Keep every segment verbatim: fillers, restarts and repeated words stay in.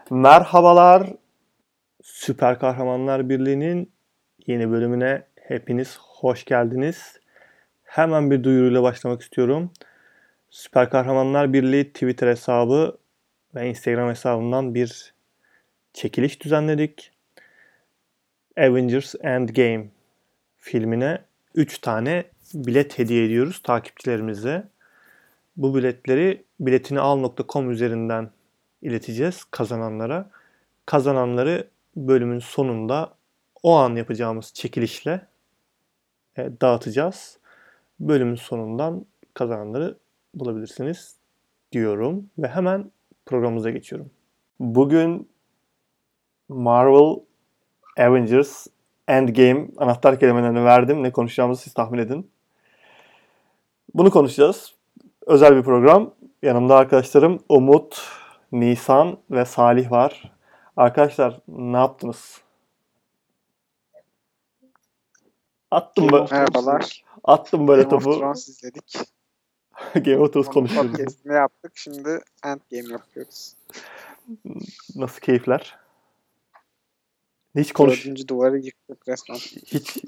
Merhabalar, Süper Kahramanlar Birliği'nin yeni bölümüne hepiniz hoş geldiniz. Hemen bir duyuruyla başlamak istiyorum. Süper Kahramanlar Birliği Twitter hesabı ve Instagram hesabından bir çekiliş düzenledik. Avengers Endgame filmine üç tane bilet hediye ediyoruz takipçilerimize. Bu biletleri biletini al nokta com üzerinden ileteceğiz kazananlara. Kazananları bölümün sonunda o an yapacağımız çekilişle e, dağıtacağız. Bölümün sonundan kazananları bulabilirsiniz diyorum ve hemen programımıza geçiyorum. Bugün Marvel Avengers Endgame anahtar kelimelerini verdim. Ne konuşacağımızı siz tahmin edin. Bunu konuşacağız. Özel bir program. Yanımda arkadaşlarım Umut, Nisan ve Salih var. Arkadaşlar ne yaptınız? Attım Game böyle, of Merhabalar. attım böyle Game topu. of Thrones izledik. Game of Thrones Onun konuşuyoruz. podcast'ini yaptık. Şimdi Endgame yapıyoruz. Nasıl keyifler? Hiç konuş. Dördüncü duvarı yıktık resmen. Hiç.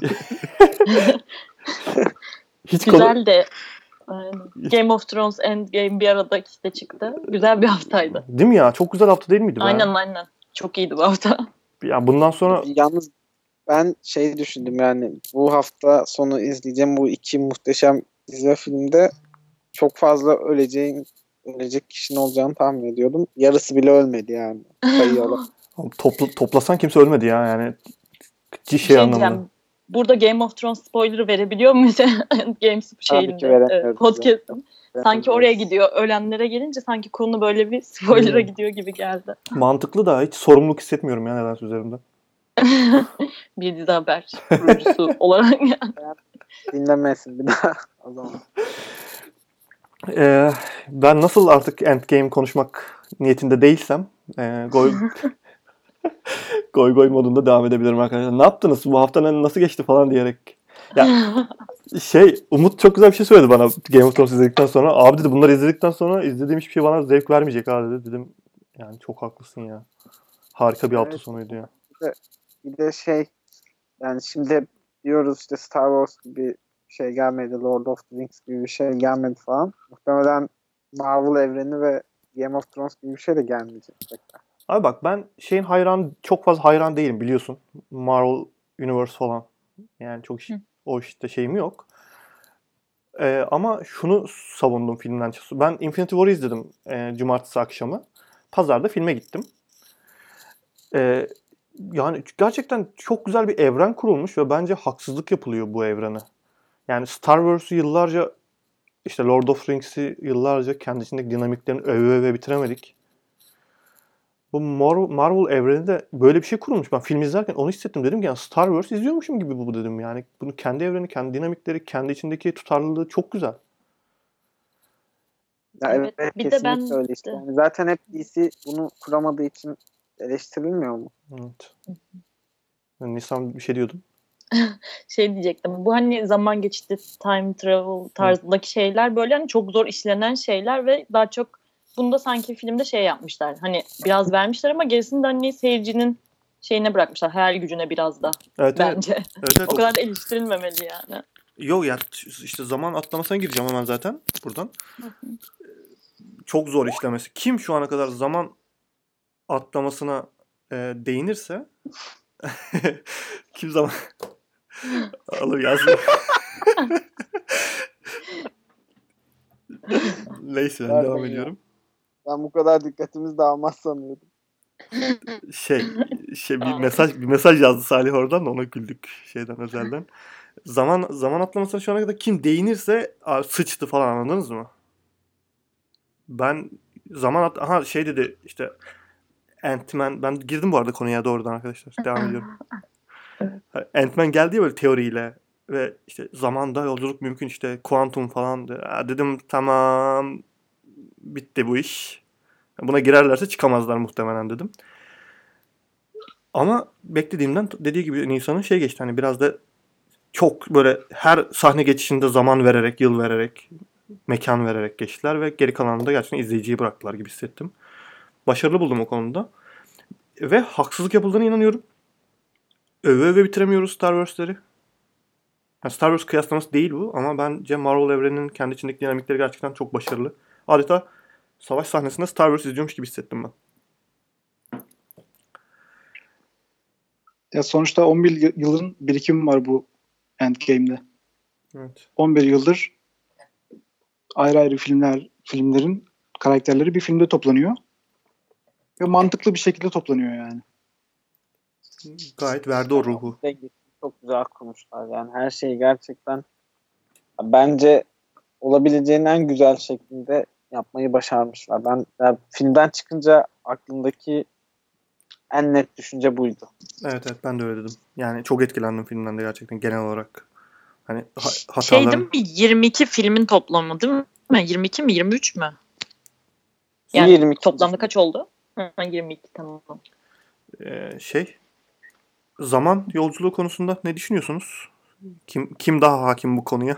Hiç konu. Güzel de aynen. Game of Thrones Endgame bir arada ikisi de çıktı. Güzel bir haftaydı. Değil mi ya? Çok güzel hafta değil miydi? Aynen Ben... aynen. Çok iyiydi bu hafta. Ya bundan sonra Yalnız ben şey düşündüm yani bu hafta sonu izleyeceğim bu iki muhteşem dizi filmde çok fazla öleceğin ölecek kişinin olacağını tahmin ediyordum. Yarısı bile ölmedi yani. Sayıyorlar. Topla, toplasan kimse ölmedi ya yani. Şey, şey anlamında. diyeceğim. Burada Game of Thrones spoiler'ı verebiliyor muyuz? Endgame şeyinde e, podcast'ın. Sanki oraya gidiyor. Ölenlere gelince sanki konu böyle bir spoiler'a gidiyor gibi geldi. Mantıklı da hiç sorumluluk hissetmiyorum ya nedense üzerimde. Bir dizi haber kurucusu olarak yani. Dinlemesin bir daha o zaman. Ee, ben nasıl artık Endgame konuşmak niyetinde değilsem e, goy goy goy modunda devam edebilirim arkadaşlar. Ne yaptınız? Bu hafta nasıl geçti falan diyerek. Ya şey Umut çok güzel bir şey söyledi bana Game of Thrones izledikten sonra. Abi dedi bunları izledikten sonra izlediğim hiçbir şey bana zevk vermeyecek abi dedi. Dedim yani çok haklısın ya. Harika bir hafta evet. sonuydu ya. Bir de, bir de şey yani şimdi diyoruz işte Star Wars gibi şey gelmedi, Lord of the Rings gibi bir şey gelmedi falan. Muhtemelen Marvel evreni ve Game of Thrones gibi bir şey de gelmeyecek. Abi bak ben şeyin hayran çok fazla hayran değilim biliyorsun. Marvel Universe falan. Yani çok iş, o işte şeyim yok. Ee, ama şunu savundum filmden. Ben Infinity War'ı izledim e, cumartesi akşamı. Pazarda filme gittim. Ee, yani gerçekten çok güzel bir evren kurulmuş ve bence haksızlık yapılıyor bu evrene. Yani Star Wars'u yıllarca işte Lord of the Rings'i yıllarca kendi içindeki dinamiklerini öve öve bitiremedik. Bu Marvel, Marvel evreninde böyle bir şey kurulmuş. Ben film izlerken onu hissettim. Dedim ki yani Star Wars izliyormuşum gibi bu dedim. Yani bunu kendi evreni, kendi dinamikleri, kendi içindeki tutarlılığı çok güzel. Ya evet, evet bir de ben öyle işte. Yani zaten hep D C bunu kuramadığı için eleştirilmiyor mu? Evet. Yani Nisan bir şey diyordun. şey diyecektim. Bu hani zaman geçti, time travel tarzındaki Hı. şeyler böyle hani çok zor işlenen şeyler ve daha çok bunda sanki filmde şey yapmışlar. Hani biraz vermişler ama gerisini de hani seyircinin şeyine bırakmışlar. Hayal gücüne biraz da evet, bence. Evet. Evet, evet, o kadar da eleştirilmemeli yani. Yok ya işte zaman atlamasına gireceğim hemen zaten buradan. Hı hı. Çok zor işlemesi. Kim şu ana kadar zaman atlamasına e, değinirse kim zaman alır yazıyor. Neyse ben devam ediyorum. Ben bu kadar dikkatimiz dağılmaz sanıyordum. Şey, şey bir mesaj bir mesaj yazdı Salih oradan da ona güldük şeyden özelden. Zaman zaman atlamasına şu ana kadar kim değinirse sıçtı falan anladınız mı? Ben zaman at aha şey dedi işte Ant-Man ben girdim bu arada konuya doğrudan arkadaşlar. Devam ediyorum. Ant-Man geldi ya böyle teoriyle ve işte zamanda yolculuk mümkün işte kuantum falan dedim tamam bitti bu iş. Buna girerlerse çıkamazlar muhtemelen dedim. Ama beklediğimden dediği gibi Nisan'ın şey geçti hani biraz da çok böyle her sahne geçişinde zaman vererek, yıl vererek, mekan vererek geçtiler ve geri kalanını da gerçekten izleyiciyi bıraktılar gibi hissettim. Başarılı buldum o konuda. Ve haksızlık yapıldığına inanıyorum. Öve öve bitiremiyoruz Star Wars'leri. Yani Star Wars kıyaslaması değil bu ama bence Marvel evreninin kendi içindeki dinamikleri gerçekten çok başarılı. Adeta savaş sahnesinde Star Wars izliyormuş gibi hissettim ben. Ya sonuçta on bir yılın birikimi var bu Endgame'de. Evet. on bir yıldır ayrı ayrı filmler, filmlerin karakterleri bir filmde toplanıyor. Ve mantıklı bir şekilde toplanıyor yani. Gayet verdi o ruhu. Çok güzel kurmuşlar yani her şeyi gerçekten bence olabileceğin en güzel şeklinde yapmayı başarmışlar. Ben yani filmden çıkınca aklımdaki en net düşünce buydu. Evet evet ben de öyle dedim. Yani çok etkilendim filmden de gerçekten genel olarak. Hani ha- hataların... Şey değil mi? yirmi iki filmin toplamı değil mi? yirmi iki mi? yirmi üç mü? Yani yirmi iki toplamda kaç oldu? Hı, yirmi iki tamam. Ee, şey zaman yolculuğu konusunda ne düşünüyorsunuz? Kim kim daha hakim bu konuya?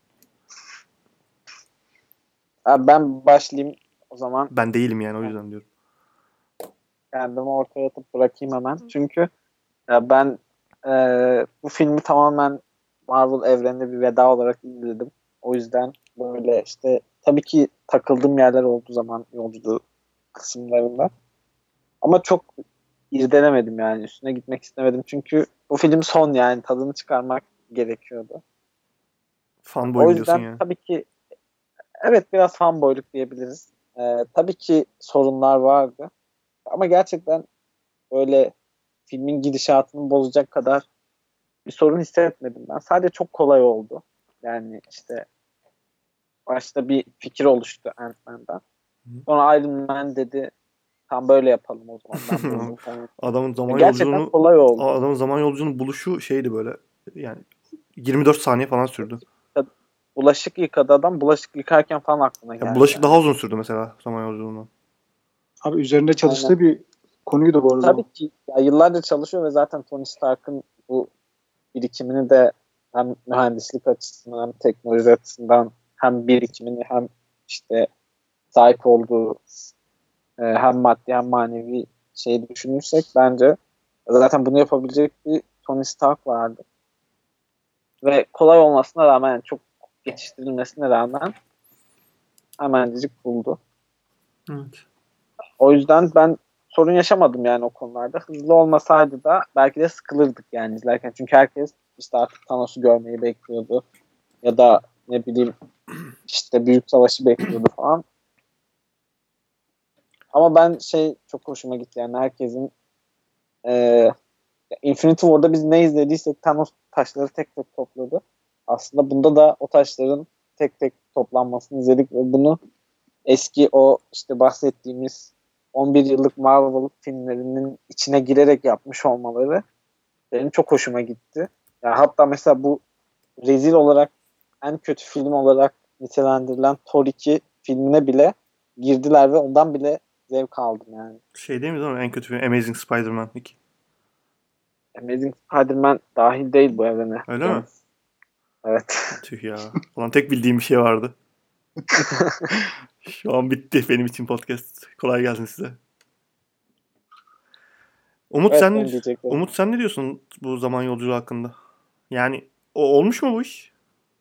Abi ben başlayayım o zaman. Ben değilim yani o yüzden diyorum. Kendimi ortaya atıp bırakayım hemen. Çünkü ya ben e, bu filmi tamamen Marvel evreninde bir veda olarak izledim. O yüzden böyle işte tabii ki takıldığım yerler oldu zaman yolculuğu kısımlarında. Ama çok irdelemedim yani. Üstüne gitmek istemedim. Çünkü bu film son yani. Tadını çıkarmak gerekiyordu. Fanboy O biliyorsun yüzden yani. tabii ki evet biraz fanboyluk diyebiliriz. Ee, tabii ki sorunlar vardı. Ama gerçekten böyle filmin gidişatını bozacak kadar bir sorun hissetmedim ben. Sadece çok kolay oldu. Yani işte başta bir fikir oluştu Ant-Man'den. Sonra Iron Man dedi tam böyle yapalım o zaman ben buldum falan. Adamın zaman Gerçekten yolculuğunu kolay oldu. adamın zaman yolculuğunu buluşu şeydi böyle. Yani yirmi dört saniye falan sürdü. Bulaşık yıkadı adam. Bulaşık yıkarken falan aklına Ya geldi. bulaşık yani. daha uzun sürdü mesela zaman yolculuğundan. Abi üzerinde çalıştığı Aynen. bir konuydu bu arada. Tabii ki ya yıllardır çalışıyor ve zaten Tony Stark'ın bu birikimini de hem mühendislik açısından hem teknoloji açısından hem birikimini hem işte sahip olduğu e, hem maddi hem manevi şeyi düşünürsek bence zaten bunu yapabilecek bir Tony Stark vardı. Ve kolay olmasına rağmen yani çok geçiştirilmesine rağmen hemencik buldu. Evet. O yüzden ben sorun yaşamadım yani o konularda. Hızlı olmasaydı da belki de sıkılırdık yani izlerken. Çünkü herkes işte artık Thanos'u görmeyi bekliyordu. Ya da ne bileyim işte Büyük Savaş'ı bekliyordu falan. Ama ben şey çok hoşuma gitti yani herkesin e, Infinity War'da biz ne izlediysek Thanos taşları tek tek topladı. Aslında bunda da o taşların tek tek toplanmasını izledik ve bunu eski o işte bahsettiğimiz on bir yıllık Marvel filmlerinin içine girerek yapmış olmaları benim çok hoşuma gitti. Yani hatta mesela bu rezil olarak en kötü film olarak nitelendirilen Thor iki filmine bile girdiler ve ondan bile zevk aldım yani. Şey değil mi değil mi? En kötü film Amazing Spider-Man iki. Amazing Spider-Man dahil değil bu evrene. Öyle Yani, mi? evet. Tüh ya. Ulan tek bildiğim bir şey vardı. Şu an bitti benim için podcast. Kolay gelsin size. Umut Evet, sen benim diyeceklerim. Umut sen ne diyorsun bu zaman yolculuğu hakkında? Yani o olmuş mu bu iş?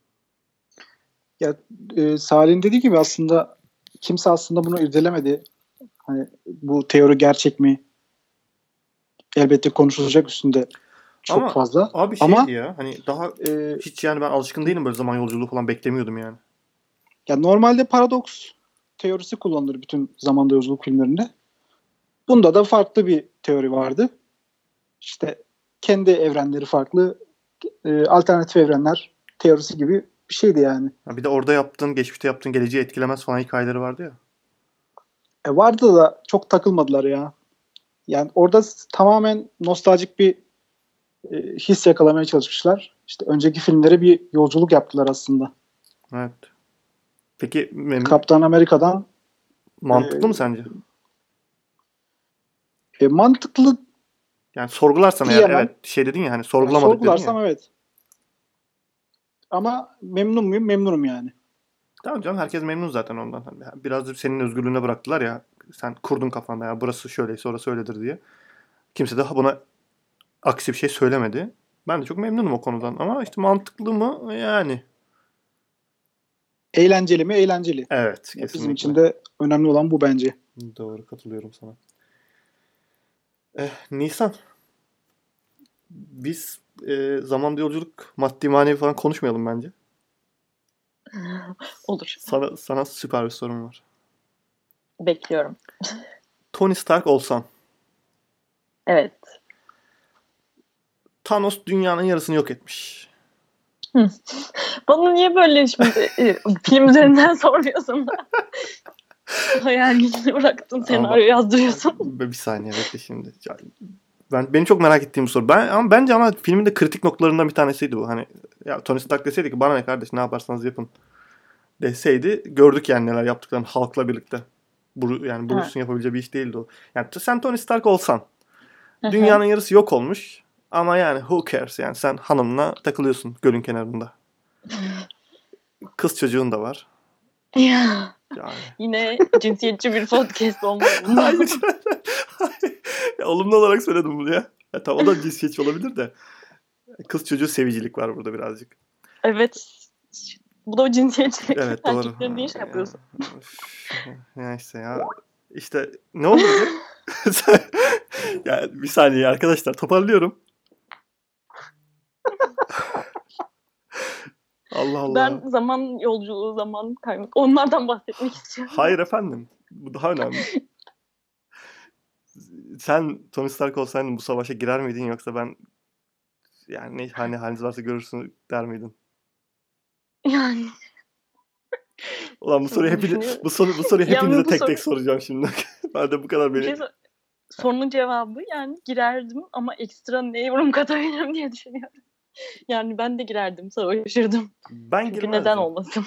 Ya e, Salih'in dediği gibi aslında kimse aslında bunu irdelemedi. Hani bu teori gerçek mi? Elbette konuşulacak üstünde çok Ama fazla. abi şeydi Ama ya hani daha e, hiç yani ben alışkın değilim böyle zaman yolculuğu falan beklemiyordum yani. ya normalde paradoks teorisi kullanılır bütün zamanda yolculuk filmlerinde. Bunda da farklı bir teori vardı. İşte kendi evrenleri farklı, e, alternatif evrenler teorisi gibi bir şeydi yani. Ha bir de orada yaptığın, geçmişte yaptığın geleceği etkilemez falan hikayeleri vardı ya. E, vardı da çok takılmadılar ya. Yani orada tamamen nostaljik bir e, his yakalamaya çalışmışlar. İşte önceki filmlere bir yolculuk yaptılar aslında. Evet. Peki mem- Kaptan Amerika'dan mantıklı e, mı sence? e, mantıklı Yani sorgularsan eğer diyemem. evet şey dedin ya hani Yani sorgulamadık dedin ya. sorgularsam evet. Ama memnun muyum? Memnunum yani. Tamam canım herkes memnun zaten ondan. Hani biraz da senin özgürlüğüne bıraktılar ya. Sen kurdun kafanda ya burası şöyleyse orası öyledir diye. Kimse de buna aksi bir şey söylemedi. Ben de çok memnunum o konudan. Ama işte mantıklı mı? Yani. Eğlenceli mi? Eğlenceli. Evet, kesinlikle. Bizim için de önemli olan bu bence. Doğru, katılıyorum sana. Eh, Nisan. Biz e, zamanda yolculuk, maddi manevi falan konuşmayalım bence. Olur. Sana, sana süper bir sorum var. Bekliyorum. Tony Stark olsan, Evet. Thanos dünyanın yarısını yok etmiş. Bana niye böyle şimdi e, film üzerinden soruyorsun da? Hayal gücünü bıraktın, senaryo yazdırıyorsun. Bir saniye bekle şimdi. Ya, Ben benim çok merak ettiğim bir soru. Ben ama bence ama filmin de kritik noktalarından bir tanesiydi bu. Hani ya Tony Stark deseydi ki bana ne kardeş ne yaparsanız yapın deseydi gördük yani neler yaptıklarını halkla birlikte. Bru, yani Bruce'un yapabileceği bir iş değildi o. Yani sen Tony Stark olsan dünyanın yarısı yok olmuş ama yani who cares yani sen hanımla takılıyorsun gölün kenarında. Kız çocuğun da var. Ya. Yani. Yine cinsiyetçi bir podcast olmalı. Hayır. Ya, olumlu olarak söyledim bunu ya. ya tamam, o da cinsiyetçi olabilir de. Kız çocuğu sevicilik var burada birazcık. Evet. Bu da o cinsiyetçilik. Evet doğru. Erkeklerin niye şey yapıyorsun? Ya işte ya. İşte ne oldu? Ya bir saniye arkadaşlar toparlıyorum. Allah Allah. Ben zaman yolculuğu, zaman kaymak. Onlardan bahsetmek istiyorum. Hayır efendim. Bu daha önemli. Sen Tony Stark olsaydın bu savaşa girer miydin yoksa ben yani ne hani haliniz varsa görürsün der miydin? Yani. Ulan bu soruyu hepiniz bu soru bu soruyu hepinize Yani bu tek soru... tek soracağım şimdi. Ben de bu kadar beni. Şey, sorunun cevabı yani girerdim ama ekstra ne yorum katabilirim diye düşünüyorum. Yani ben de girerdim, savaşırdım. Ben Çünkü girmezdim. neden olmasın?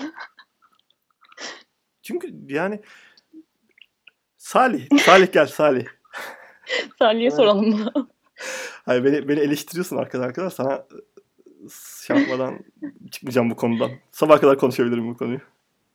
Çünkü yani Salih, Salih gel Salih. Salih'e soralım bunu. Hayır beni beni eleştiriyorsun arkadaşlar arkadaşlar sana şey yapmadan çıkmayacağım bu konudan. Sabah kadar konuşabilirim bu konuyu.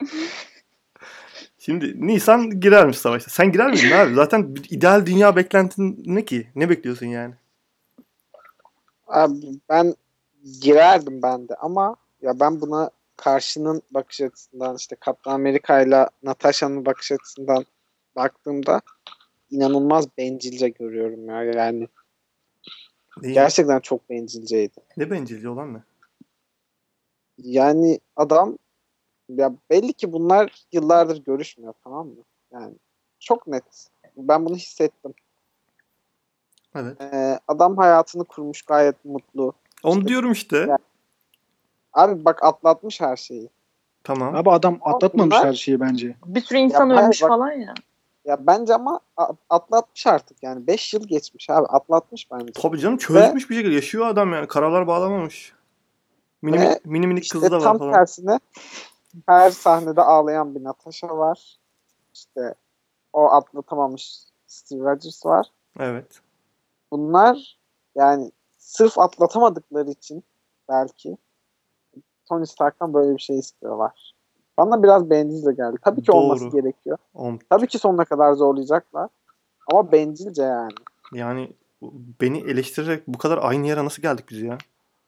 Şimdi Nisan girermiş savaşta. Sen girer miydin abi? Zaten ideal dünya beklentin ne ki? Ne bekliyorsun yani? Abi ben girerdim ben de ama ya ben buna karşının bakış açısından işte Kaptan Amerika ile Natasha'nın bakış açısından baktığımda inanılmaz bencilce görüyorum ya yani. Değil Gerçekten mi? Çok bencilceydi. Ne bencilce olan ne? Yani adam ya belli ki bunlar yıllardır görüşmüyor, tamam mı? Yani çok net. Ben bunu hissettim. Evet. Ee, adam hayatını kurmuş, gayet mutlu. Onu İşte, diyorum işte. Yani, abi bak atlatmış her şeyi. Tamam. Abi adam atlatmamış bunlar, her şeyi bence. Bir sürü insan ya, ölmüş bak, falan ya. Ya bence ama atlatmış artık yani. beş yıl geçmiş abi. Atlatmış bence. Tabii canım çözmüş ve, bir şekilde yaşıyor adam yani. Karalar bağlamamış. Mini, ve mini minik işte kızı da var tam falan. tersine her sahnede ağlayan bir Natasha var. İşte o atlatamamış Steve Rogers var. Evet. Bunlar yani sırf atlatamadıkları için belki Tony Stark'tan böyle bir şey istiyorlar. Bana biraz bencilce geldi. Tabii ki Doğru. olması gerekiyor. Om. Tabii ki sonuna kadar zorlayacaklar. Ama bencilce yani. Yani beni eleştirerek bu kadar aynı yere nasıl geldik biz ya?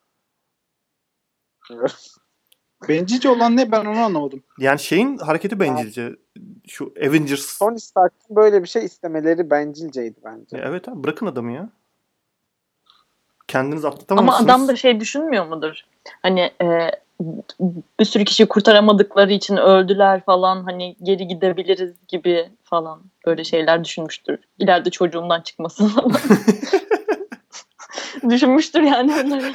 Bencilce olan ne, ben onu anlamadım. Yani şeyin hareketi bencilce. Şu Avengers. Tony Stark'ın böyle bir şey istemeleri bencilceydi bence. Ya evet abi bırakın adamı ya. Kendiniz Ama atlatamamışsınız. adam da şey düşünmüyor mudur? Hani e, bir sürü kişi kurtaramadıkları için öldüler falan, hani geri gidebiliriz gibi falan, böyle şeyler düşünmüştür. İleride çocuğumdan çıkmasın falan. Düşünmüştür yani onları.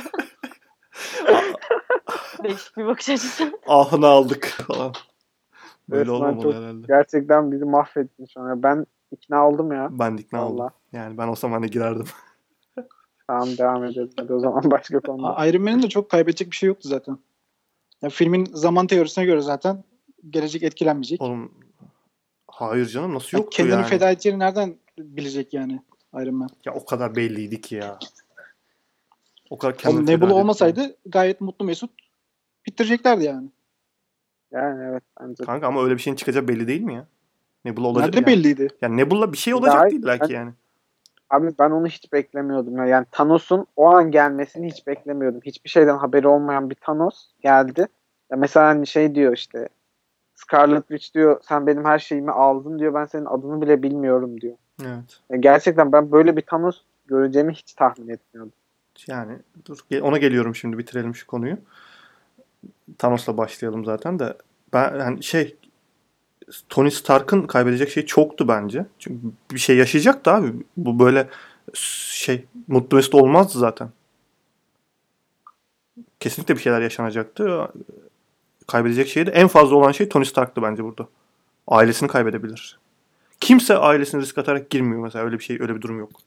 Değişik bir bakış açısı. Ahını aldık falan. Böyle Resmen olmamalı çok, herhalde. gerçekten bizi mahvettin şu an. Ben ikna oldum ya. Ben de ikna Vallahi. oldum. Yani ben olsam hani girerdim. Tamam, devam edelim. Hadi o zaman başka konuda. Iron Man'in de çok kaybedecek bir şey yoktu zaten. Ya filmin zaman teorisine göre zaten gelecek etkilenmeyecek. Oğlum hayır canım nasıl Ya yoktu kendini yani? feda edeceğini nereden bilecek yani Iron Man? Ya o kadar belliydi ki ya. O kadar O kendini Nebula feda olmasaydı edip- gayet mutlu mesut bitireceklerdi yani. Yani evet bence. Kanka ama öyle bir şeyin çıkacağı belli değil mi ya? Nebula olacak Nerede ya. belliydi? Yani Nebula bir şey Ya olacaktı hayır, illa ki ben- yani. Abi ben onu hiç beklemiyordum. Ya. Yani Thanos'un o an gelmesini hiç beklemiyordum. Hiçbir şeyden haberi olmayan bir Thanos geldi. Ya mesela hani şey diyor işte Scarlet Witch diyor sen benim her şeyimi aldın diyor. Ben senin adını bile bilmiyorum diyor. Evet. Ya gerçekten ben böyle bir Thanos göreceğimi hiç tahmin etmiyordum. Yani dur ona geliyorum şimdi bitirelim şu konuyu. Thanos'la başlayalım zaten de. Ben yani şey Tony Stark'ın kaybedecek şey çoktu bence. Çünkü bir şey yaşayacaktı abi. Bu böyle şey mutlu mesut olmazdı zaten. Kesinlikle bir şeyler yaşanacaktı. Kaybedecek şey de en fazla olan şey Tony Stark'tı bence burada. Ailesini kaybedebilir. Kimse ailesini risk atarak girmiyor mesela. Öyle bir şey, öyle bir durum yok.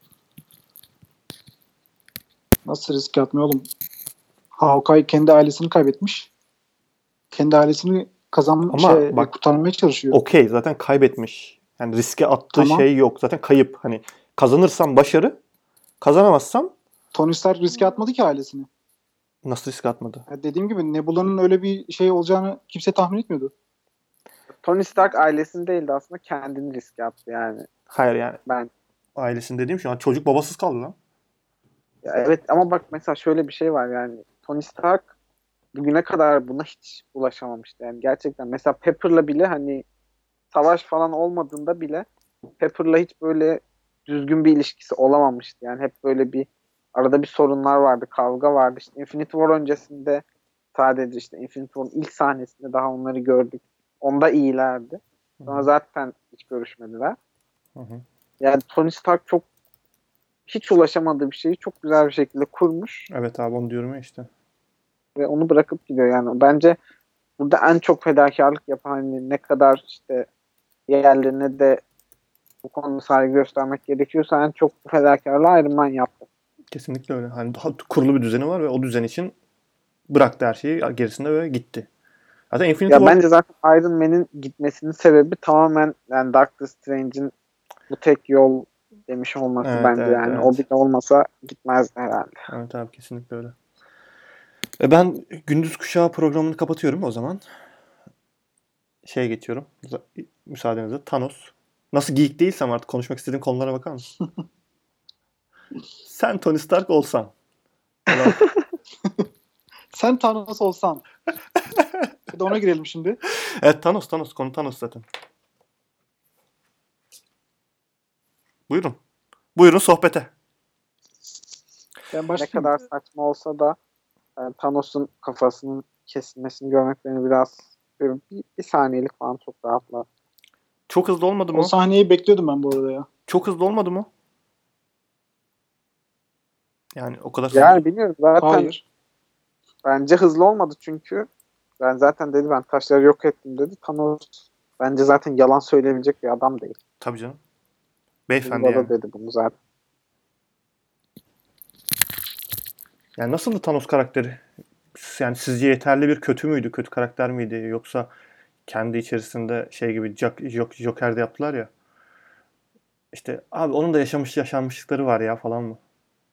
Nasıl risk atmıyor oğlum? Hawkeye kendi ailesini kaybetmiş. Kendi ailesini kazan Ama şey bak, kurtarmaya çalışıyor. Okey, zaten kaybetmiş. Yani riske attığı Tamam. şey yok. Zaten kayıp. Hani kazanırsam başarı, kazanamazsam Tony Stark riske atmadı ki ailesini. nasıl risk atmadı? Ya dediğim gibi Nebula'nın öyle bir şey olacağını kimse tahmin etmiyordu. Tony Stark ailesini değil de aslında kendini riske attı yani. Hayır yani. Ben Ailesini dediğim şu an çocuk babasız kaldı lan. ya evet ama bak mesela şöyle bir şey var yani Tony Stark bugüne kadar buna hiç ulaşamamıştı. Yani gerçekten mesela Pepper'la bile hani savaş falan olmadığında bile Pepper'la hiç böyle düzgün bir ilişkisi olamamıştı. Yani hep böyle bir arada bir sorunlar vardı, kavga vardı. İşte Infinity War öncesinde sadece işte Infinity War'ın ilk sahnesinde daha onları gördük. Onda iyilerdi. Sonra zaten hiç görüşmediler. Hı hı. Yani Tony Stark çok hiç ulaşamadığı bir şeyi çok güzel bir şekilde kurmuş Evet abi, onu diyorum ya işte. ve onu bırakıp gidiyor. Yani bence burada en çok fedakarlık yapan hani ne kadar işte diğerlerine de bu konuda saygı göstermek gerekiyorsa en çok bu fedakarlığı Iron Man yaptı. Kesinlikle öyle. Hani daha kurulu bir düzeni var ve o düzen için bıraktı her şeyi gerisinde ve gitti. Zaten Infinity Ya War... bence zaten Iron Man'in gitmesinin sebebi tamamen yani Doctor Strange'in bu tek yol demiş olması Evet, bence evet, yani. evet. O bile olmasa gitmezdi herhalde. Evet abi, kesinlikle öyle. E ben Gündüz Kuşağı programını kapatıyorum o zaman. Şeye geçiyorum. Müsaadenizle. Thanos. Nasıl geek değilsem artık konuşmak istediğim konulara bakar mısın? Sen Tony Stark olsan. Ulan. Sen Thanos olsan. Bir de ona girelim şimdi. Evet, Thanos, Thanos. Konu Thanos zaten. Buyurun. Buyurun sohbete. Ben Ne başlayayım. kadar saçma olsa da yani Thanos'un kafasının kesilmesini görmek beni biraz bir, bir saniyelik falan çok rahatladı. Çok hızlı olmadı mı O o? sahneyi bekliyordum ben bu arada ya. Çok hızlı olmadı mı? Yani o kadar hızlı. Yani bilmiyorum zaten Hayır. bence hızlı olmadı çünkü ben zaten dedi ben taşları yok ettim dedi. Thanos bence zaten yalan söyleyebilecek bir adam değil. Tabii canım. Beyefendi Baba yani. dedi bunu zaten. Yani nasıldı Thanos karakteri? Yani sizce yeterli bir kötü müydü? Kötü karakter miydi? Yoksa kendi içerisinde şey gibi Joker'de yaptılar ya. İşte abi onun da yaşamış yaşanmışlıkları var ya falan mı?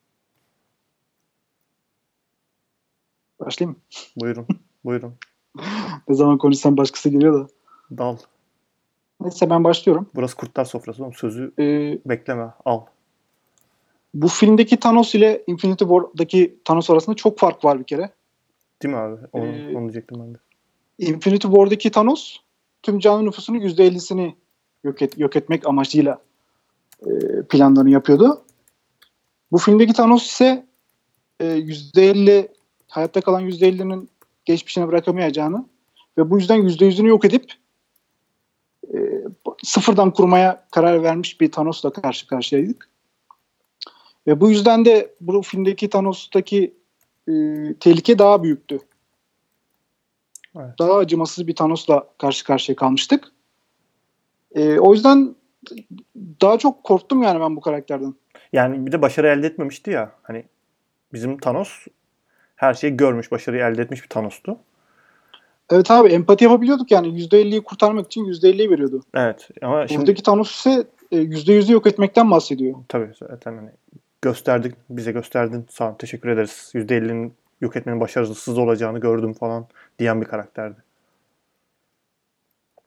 Başlayayım. Buyurun. Buyurun. Ne zaman konuşsam başkası geliyor da. Dal. Neyse ben başlıyorum. Burası kurtlar sofrası oğlum. Sözü Ee, bekleme. Al. bu filmdeki Thanos ile Infinity War'daki Thanos arasında çok fark var bir kere. Değil mi abi? Onu, Ee, onu diyecektim ben de. Infinity War'daki Thanos tüm canlı nüfusunun yüzde ellisini yok, et, yok etmek amacıyla e, planlarını yapıyordu. Bu filmdeki Thanos ise e, yüzde elli hayatta kalan yüzde ellinin geçmişine bırakamayacağını ve bu yüzden yüzde yüzünü yok edip e, sıfırdan kurmaya karar vermiş bir Thanos'la karşı karşıyaydık. Ve bu yüzden de bu filmdeki Thanos'taki e, tehlike daha büyüktü. Evet. Daha acımasız bir Thanos'la karşı karşıya kalmıştık. E, o yüzden daha çok korktum yani ben bu karakterden. Yani bir de başarı elde etmemişti ya. Hani bizim Thanos her şeyi görmüş, başarıyı elde etmiş bir Thanos'tu. Evet abi empati yapabiliyorduk yani. yüzde elliyi kurtarmak için yüzde elliyi veriyordu. Evet ama şimdi Buradaki Thanos ise yüzde yüzü yok etmekten bahsediyor. tabii zaten hani gösterdik, bize gösterdin. Sağ ol, teşekkür ederiz. yüzde ellinin yok etmenin başarısız olacağını gördüm falan diyen bir karakterdi.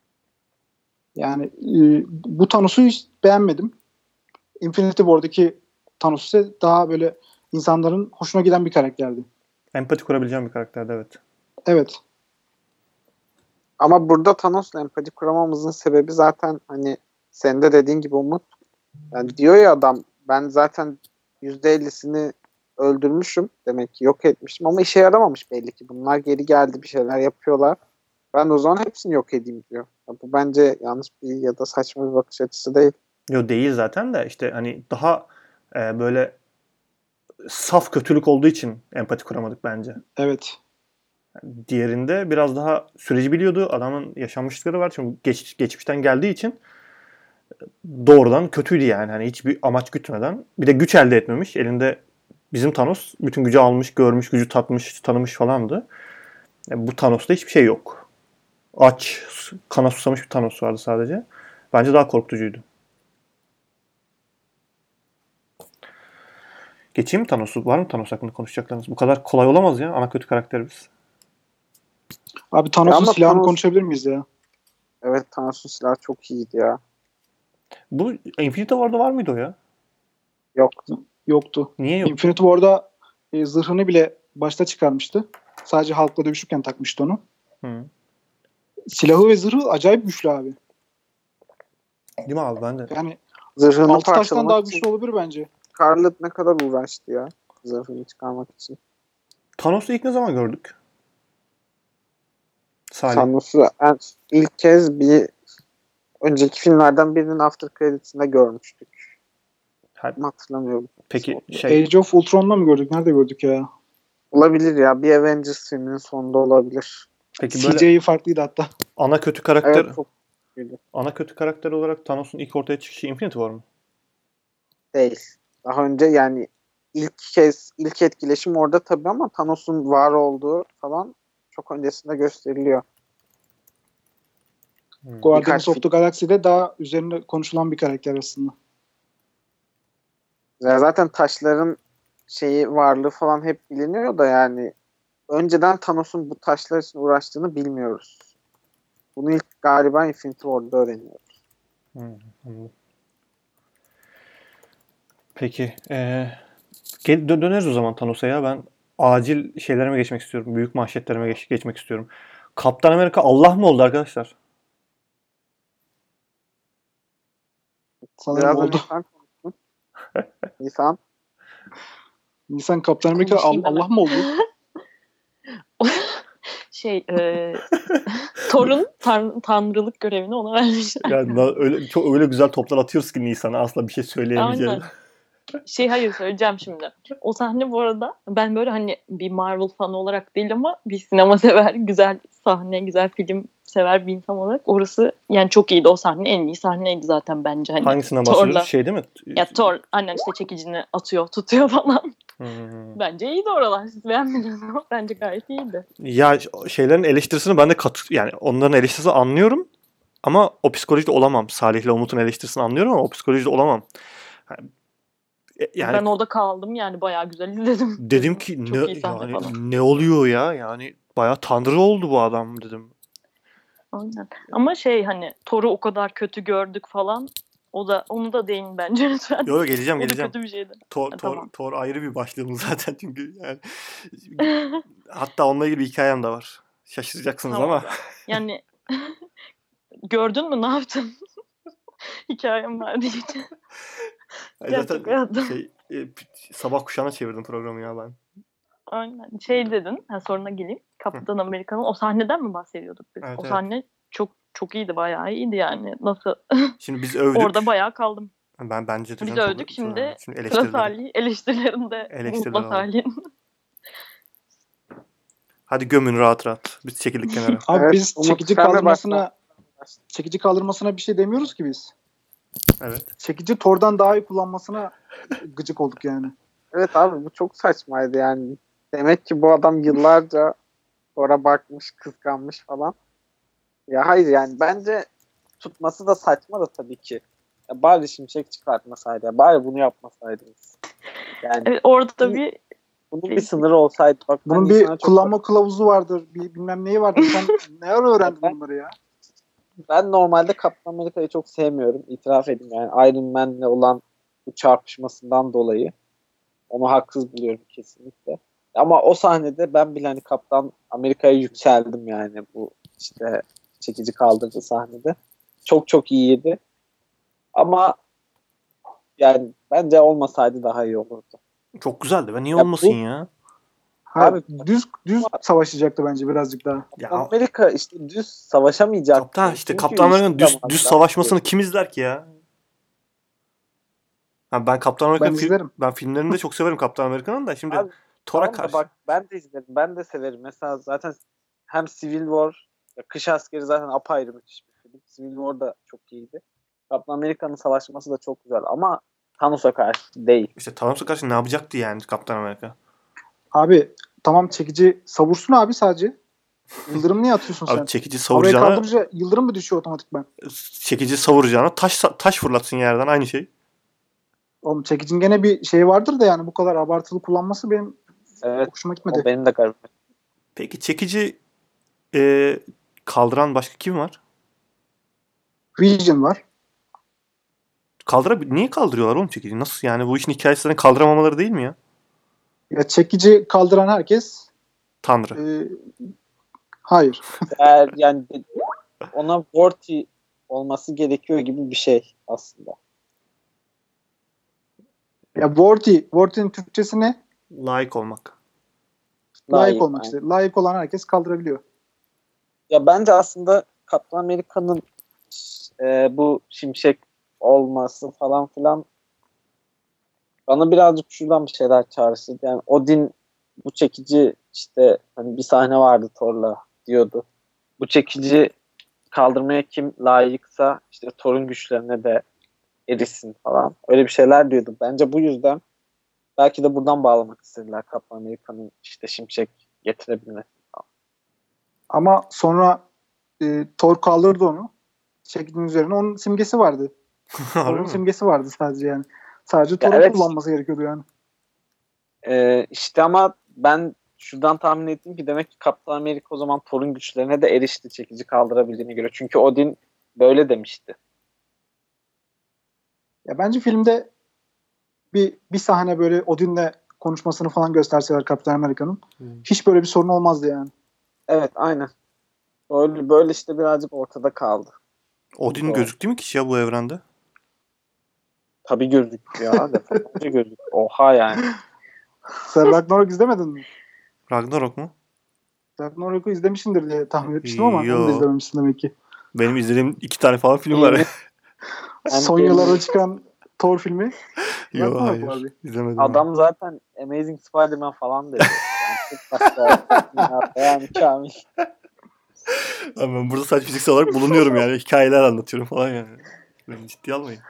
Yani e, bu Thanos'u hiç beğenmedim. Infinity War'daki Thanos ise daha böyle insanların hoşuna giden bir karakterdi. Empati kurabileceğim bir karakterdi, evet. Evet. Ama burada Thanos'la empati kuramamızın sebebi zaten hani senin de dediğin gibi Umut. Yani diyor ya adam, ben zaten yüzde ellisini öldürmüşüm. Demek ki yok etmişim ama işe yaramamış belli ki. Bunlar geri geldi, bir şeyler yapıyorlar. Ben de o zaman hepsini yok edeyim diyor. Ya bu bence yanlış bir ya da saçma bir bakış açısı değil. Yo, değil zaten de işte hani daha e, böyle saf kötülük olduğu için empati kuramadık bence. Evet. Diğerinde biraz daha süreci biliyordu. Adamın yaşanmışlıkları var. Çünkü geç, geçmişten geldiği için doğrudan kötüydü yani. Hani hiçbir amaç gütmeden. Bir de güç elde etmemiş. Elinde bizim Thanos bütün gücü almış, görmüş, gücü tatmış, tanımış falandı. Yani bu Thanos'ta hiçbir şey yok. Aç, kana susamış bir Thanos vardı sadece. Bence daha korkutucuydu. Geçeyim mi Thanos'u? Var mı Thanos hakkında konuşacaklarınız? Bu kadar kolay olamaz ya. Ana kötü karakterimiz. Abi Thanos'un ama silahını Thanos- konuşabilir miyiz ya? Evet, Thanos'un silahı çok iyiydi ya. Bu Infinity War'da var mıydı o ya? Yok. Yoktu. Niye yok? Infinity War'da e, zırhını bile başta çıkarmıştı. Sadece Hulk'la dövüşürken takmıştı onu. Hı. Silahı ve zırhı acayip güçlü abi. Değil mi abi? Ben de. Yani Zırhını altı taştan daha parçalamak için güçlü olabilir bence. Scarlet ne kadar uğraştı ya. Zırhını çıkarmak için. Thanos'u ilk ne zaman gördük? Salih. Thanos'u en- ilk kez bir önceki filmlerden birinin after credits'inde görmüştük. Ha- Ama hatırlamıyorum. Peki şey Age of Ultron'da mı gördük? Nerede gördük ya? Olabilir ya. Bir Avengers filminin sonunda olabilir. peki böyle C J'yi farklıydı hatta. ana kötü karakter Evet, çok iyiydi. ana kötü karakter olarak Thanos'un ilk ortaya çıkışı Infinity War mı? Değil. Daha önce yani ilk kez ilk etkileşim orada tabii ama Thanos'un var olduğu falan çok öncesinde gösteriliyor. Guardians Birkaç of the Galaxy'de daha üzerine konuşulan bir karakter aslında. Ya zaten taşların şeyi varlığı falan hep biliniyor da yani önceden Thanos'un bu taşlar için uğraştığını bilmiyoruz. Bunu ilk galiba Infinity War'da öğreniyoruz. Hı, anladım. Peki ee, gel, dö- döneriz o zaman Thanos'a ya. Ben acil şeylerime geçmek istiyorum. Büyük manşetlerime geç- geçmek istiyorum. Kaptan Amerika Allah mı oldu arkadaşlar? Sanırım Biraz oldu. önce sen konuştun. Nisan. Nisan Kaptan Amerika Al- Konuşayım hemen. Allah mı oldu? şey e, Thor'un tan- tanrılık görevini ona vermişler. Yani na- öyle çok öyle güzel toplar atıyoruz ki Nisan'a asla bir şey söyleyemeyeceğiz. Aynen. Şey hayır söyleyeceğim şimdi. O sahne bu arada ben böyle hani bir Marvel fanı olarak değil ama bir sinema sever, güzel sahne, güzel film sever bir insan olarak orası yani çok iyiydi o sahne. En iyi sahneydi zaten bence. Hani Hangisinden Thor'la. bahsediyoruz? Şey değil mi? Ya Thor annen işte çekicini atıyor, tutuyor falan. Hmm. Bence iyiydi oralar. Siz beğenmediniz ama bence gayet iyiydi. Ya şeylerin eleştirisini ben de kat yani onların eleştirisini anlıyorum ama o psikolojide olamam. Salih'le Umut'un eleştirisini anlıyorum ama o psikolojide olamam. Yani ben orada kaldım yani bayağı güzel izledim. dedim ki Çok ne iyi sahne yani falan. ne oluyor ya? Yani bayağı tanrı oldu bu adam dedim. Aynen. Ama şey hani Thor'u o kadar kötü gördük falan. O da onu da değin bence lütfen. Yok yok geleceğim O da geleceğim. kötü bir şeydi. Thor, Ha, Thor, tamam. Thor ayrı bir başlığımız zaten çünkü yani hatta onunla ilgili bir hikayem de var. Şaşıracaksınız Tamam ama. ya. Yani gördün mü ne yaptın? Hikayem var diye. Ay, Gerçek zaten hayatta. şey e, sabah kuşağına çevirdim programı ya ben. Aynen. Şey dedin. Ha, soruna geleyim. Kaptan Amerika'nın o sahneden mi bahsediyorduk biz? Evet, o evet. sahne çok çok iyiydi. Bayağı iyiydi yani. Nasıl? Şimdi biz övdük. Orada bayağı kaldım. Ben bence de Biz canım çok- övdük şimdi. Şimdi Sıra eleştirileri. Salih eleştirilerinde Eleştiriler Umut'la alalım. Salih'in. Hadi gömün rahat rahat. Biz çekildik kenara. Abi Evet, biz Umut, çekici sen mi kaldırmasına çekici kaldırmasına bir şey demiyoruz ki biz. Evet. Çekici Thor'dan daha iyi kullanmasına gıcık olduk yani. Evet abi, bu çok saçmaydı yani. Demek ki bu adam yıllarca sonra bakmış, kıskanmış falan. Ya hayır yani bence tutması da saçma da tabii ki. Ya bari şimşek çıkartmasaydı. Ya bari bunu yapmasaydınız. Yani Evet, orada bir bunun bir sınırı olsaydı. Bak, Bunun ben bir insana çok- kullanma kılavuzu vardır. Bir bilmem neyi vardır. Sen ne ara öğrendin Ben- bunları ya? Ben normalde Kaptan Amerika'yı çok sevmiyorum. İtiraf edeyim yani. Iron Man'le olan bu çarpışmasından dolayı. Onu haksız buluyorum kesinlikle. Ama o sahnede ben bile hani Kaptan Amerika'ya yükseldim yani bu işte çekici kaldırdığı sahnede. Çok çok iyiydi. Ama yani bence olmasaydı daha iyi olurdu. Çok güzeldi. Ben niye Ya olmasın bu- ya? Hayır, Abi- düz düz savaşacaktı bence birazcık daha. Ya Amerika işte düz savaşamayacak. Kaptan işte Çünkü Kaptan Amerika'nın düz işte düz zamanında- savaşmasını kim izler ki ya? Ha, ben Kaptan Amerika Ben fil- izlerim. ben filmlerini de çok severim Kaptan Amerika'nın da şimdi Abi, Thor'a tamam da karşı. bak ben de izlerim. Ben de severim. Mesela zaten hem Civil War, ya Kış Askeri zaten apayrı müthiş bir film. Civil War da çok iyiydi. Kaptan Amerika'nın savaşması da çok güzel ama Thanos'a karşı değil. İşte Thanos'a karşı ne yapacaktı yani Kaptan Amerika? Abi tamam çekici savursun abi sadece. Yıldırım niye atıyorsun sen? Abi çekici Havaya savuracağına kaldırınca yıldırım mı düşüyor otomatikman? çekici savuracağına taş taş fırlatsın yerden aynı şey. Oğlum çekicin gene bir şey vardır da yani bu kadar abartılı kullanması benim Evet. hoşuma gitmedi. O benim de garip. Peki çekici e, kaldıran başka kim var? Vision var. Kaldıra niye kaldırıyorlar oğlum çekici? Nasıl yani bu işin hikayesini kaldıramamaları değil mi ya? Ya çekici kaldıran herkes Tanrı. e, hayır. Eğer yani ona worthy olması gerekiyor gibi bir şey aslında. Ya worthy, worthy'nin Türkçesi ne? Layık olmak. Layık olmak aynen. işte. Layık olan herkes kaldırabiliyor. Ya bence aslında Kaptan Amerika'nın e, bu şimşek olması falan filan bana birazcık şuradan bir şeyler çağrıştırdı. Yani Odin bu çekici işte hani bir sahne vardı Thor'la diyordu. Bu çekici kaldırmaya kim layıksa işte Thor'un güçlerine de erişsin falan. Öyle bir şeyler diyordu. Bence bu yüzden belki de buradan bağlamak istediler Kaptan Amerika'nın işte şimşek getirebilmesi. Ama sonra e, Thor kaldırdı onu. Çekicinin üzerine onun simgesi vardı. Harbi Onun mi? simgesi vardı sadece yani. Sadece Thor'un evet. kullanması gerekiyordu yani. Ee, işte ama ben şuradan tahmin ettim ki demek ki Kaptan Amerika o zaman Thor'un güçlerine de erişti çekici kaldırabildiğine göre. Çünkü Odin böyle demişti. Ya bence filmde bir bir sahne böyle Odin'le konuşmasını falan gösterseler Kaptan Amerika'nın Hmm. hiç böyle bir sorun olmazdı yani. Evet aynen. Böyle, böyle işte birazcık ortada kaldı. Odin Doğru. gözüktü mü ki ya bu evrende? Tabii gözüküyor ya. Defalarca gözüküyor. Oha yani. Sen Ragnarok izlemedin mi? Ragnarok mu? Ragnarok'u izlemişsindir diye tahmin etmiştim ama Yo. onu da izlememişsin demek ki. Benim izlediğim iki tane falan film var. İyi. Ben Son de- yıllarda çıkan Thor filmi. Yo Ragnarok hayır. vardı. İzlemedim. Adam zaten Amazing Spider-Man falan dedi. Yani çok başka yani Kamil. Abi ben burada sadece fiziksel olarak bulunuyorum yani. Hikayeler anlatıyorum falan yani. Beni ciddiye almayın.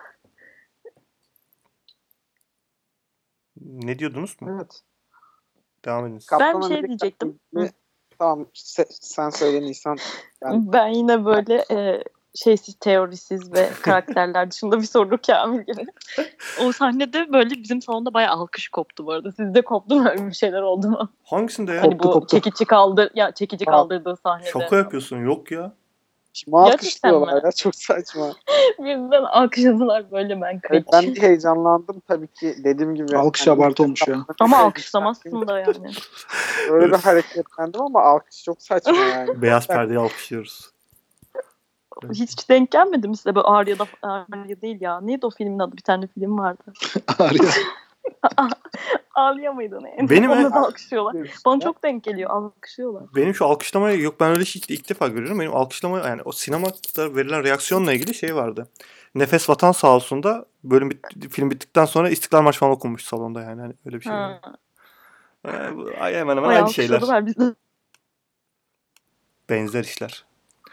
Ne diyordunuz mu? Evet. Devam ediniz. Kaptan Ben bir şey Amerika diyecektim. filmi- Tamam se- sen söyle Nisan. Ben Ben yine böyle e, şeysiz, teorisiz ve karakterler dışında bir soru Kamil gibi. O sahnede böyle bizim salonda bayağı alkış koptu bu arada. Sizde koptu mu, öyle bir şeyler oldu mu? Hangisinde ya? Hani Koptu, bu koptu. çekici kaldır ya çekici Aa, kaldırdığı sahnede. Şaka yapıyorsun. Yok ya. kimi Gerçekten alkışlıyorlar mi? ya çok saçma. Bizden alkışladılar böyle, ben Evet, cringe. ben bir heyecanlandım tabii ki dediğim gibi. Alkış hani abartı olmuş ya. Ama alkışlamazsın da yani. Öyle bir hareketlendim ama alkış çok saçma yani. Beyaz perdeyi alkışlıyoruz. Hiç denk gelmedi mi size? Böyle Arya'da, Arya değil ya. Neydi o filmin adı? Bir tane film vardı. Arya. Arya mıydı ne? Benim Onu en- da alkışlıyorlar. Bana çok denk geliyor. Alkışlıyorlar. Benim şu alkışlamaya yok ben öyle şey ilk, ilk defa görüyorum. Benim alkışlamaya yani o sinemada verilen reaksiyonla ilgili şey vardı. Nefes Vatan Sağ olsun'da bölüm bit, film bittikten sonra İstiklal Marşı falan okunmuş salonda yani. Hani öyle bir şey. Ha. Yani, bu- ay, hemen hemen Bayağı aynı şeyler. alkışladılar bizde. Benzer işler.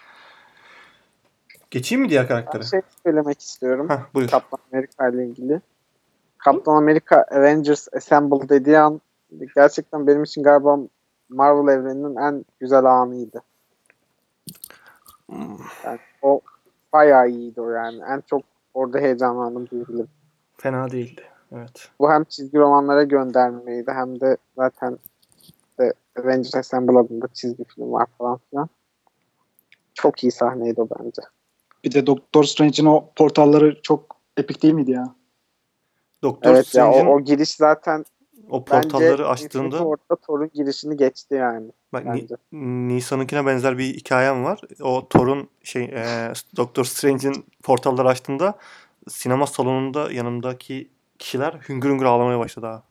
Geçeyim mi diğer karaktere? Ben şey söylemek istiyorum. Heh, buyur. Kaptan Amerika ile ilgili. Kaptan Amerika Avengers Assemble dediği an gerçekten benim için galiba Marvel evreninin en güzel anıydı. Hmm, Yani o bayağı iyiydi o yani. En çok orada heyecanlandım diyebilirim. Fena değildi. Evet. Bu hem çizgi romanlara göndermeydi hem de zaten işte Avengers Assemble adında çizgi film var falan filan. Çok iyi sahneydi o bence. Bir de Doctor Strange'in o portalları çok epik değil miydi ya? Doktor Evet ya, o, Strange'in o giriş zaten o bence portalları Infinity açtığında War'da Thor'un girişini geçti yani bak Ni- bence. Nisa'nınkine benzer bir hikayem var. O Thor'un şey e, Doktor Strange'in portalları açtığında sinema salonunda yanımdaki kişiler hüngür hüngür ağlamaya başladı ha.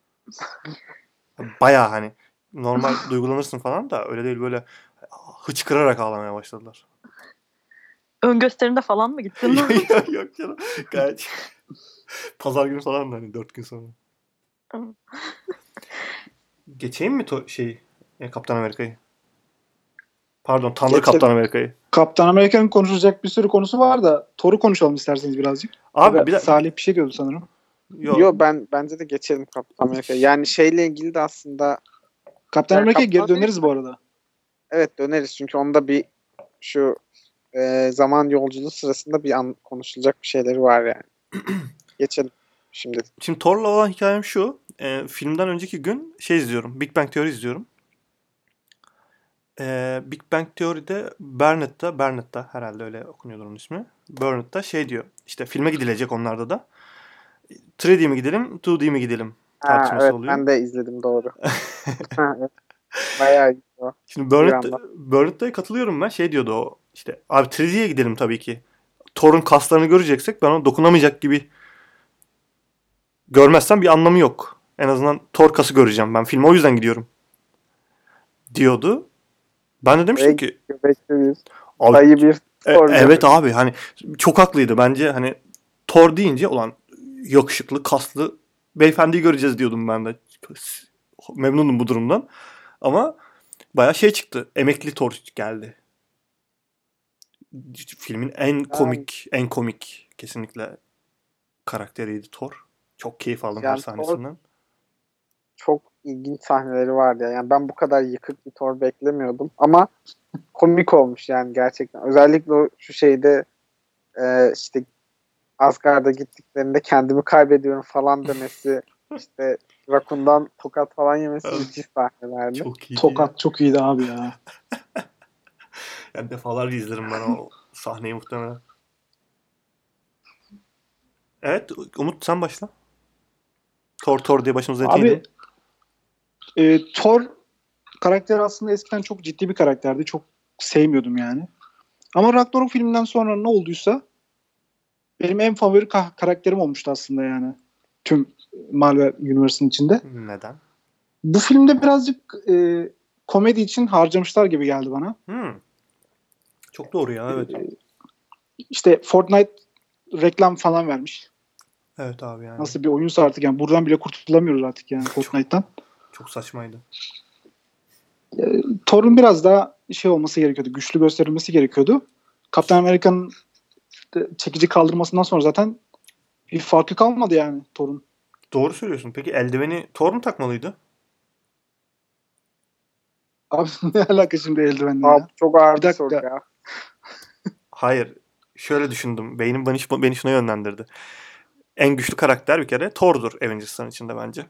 Baya hani normal duygulanırsın falan da öyle değil, böyle hıçkırarak ağlamaya başladılar. Ön gösterimde falan mı gittin? yok yok yok canım. Gayet pazar günü falan da hani dört gün sonra. Geçeyim mi to- şey e, Kaptan Amerika'yı? Pardon, Tanrı Geçelim. Kaptan Amerika'yı. Kaptan Amerika'nın konuşulacak bir sürü konusu var da Thor'u konuşalım isterseniz birazcık. Abi Abi, bir de Salih bir şey diyordu sanırım. yok. Yo, ben bence de geçelim Kaptan Amerika. Yani şeyle ilgili de aslında Kaptan Yani Amerika'ya Kaptan geri döneriz bu arada. evet döneriz çünkü onda bir şu e, zaman yolculuğu sırasında bir an konuşulacak bir şeyleri var yani. Geçelim şimdi. Şimdi Thor'la olan hikayem şu. E, filmden önceki gün şey izliyorum. Big Bang Theory izliyorum. E, Big Bang Theory'de Burnett'ta, Burnett'ta herhalde öyle okunuyordur onun ismi. Burnett'ta şey diyor. İşte filme gidilecek onlarda da. üç D mi gidelim, iki D mi gidelim Ha, tartışması evet oluyor. ben de izledim, doğru. Evet, bayağı iyi o. Şimdi Buyur Burnett'ta, anlat. Burnett'ta katılıyorum ben. Şey diyordu o. İşte abi üç D'ye gidelim tabii ki. Thor'un kaslarını göreceksek ben ona dokunamayacak gibi görmezsem bir anlamı yok. En azından Thor kası göreceğim ben. Filme o yüzden gidiyorum diyordu. Ben de demiştim Ve ki göbekli bir abi, dayı bir e- Thor evet göbek. abi hani çok haklıydı bence. Hani Thor deyince olan yakışıklı, kaslı beyefendiyi göreceğiz diyordum ben de. Memnunum bu durumdan. Ama bayağı şey çıktı. Emekli Thor geldi. Filmin en Yani, komik, en komik kesinlikle karakteriydi Thor. Çok keyif aldım her yani Thor sahnesinden. çok ilginç sahneleri vardı ya. Yani ben bu kadar yıkık bir Thor beklemiyordum ama komik olmuş yani gerçekten. Özellikle o şu şeyde e, işte Asgard'a gittiklerinde kendimi kaybediyorum falan demesi, işte Rakun'dan tokat falan yemesi müthiş sahnelerdi. Çok iyiydi ya. Tokat çok iyiydi abi ya. Yani defalarca izlerim ben o sahneyi muhtemelen. Evet Umut sen başla. Thor Thor diye başımıza eteğini. Abi e, Thor karakteri aslında eskiden çok ciddi bir karakterdi. Çok sevmiyordum yani. Ama Ragnarok filminden sonra ne olduysa benim en favori ka- karakterim olmuştu aslında yani. Tüm Marvel Universe'ın içinde. Neden? Bu filmde birazcık e, komedi için harcamışlar gibi geldi bana. Hmm. Çok doğru ya, evet. E, işte Fortnite reklam falan vermiş. Evet abi yani. Nasıl bir oyunsa artık yani buradan bile kurtulamıyoruz artık yani Fortnite'tan. Çok saçmaydı. E, Thor'un biraz daha şey olması gerekiyordu. Güçlü gösterilmesi gerekiyordu. Kaptan Amerika'nın de çekici kaldırmasından sonra zaten bir farkı kalmadı yani Thor'un. Doğru söylüyorsun. Peki eldiveni Thor mu takmalıydı? Abi ne alaka şimdi eldivenle Abi ya? çok ağır Bir bir soru dakika. ya. Hayır. Şöyle düşündüm. Beynim beni, beni şuna yönlendirdi. En güçlü karakter bir kere Thor'dur Avengers'ın içinde bence.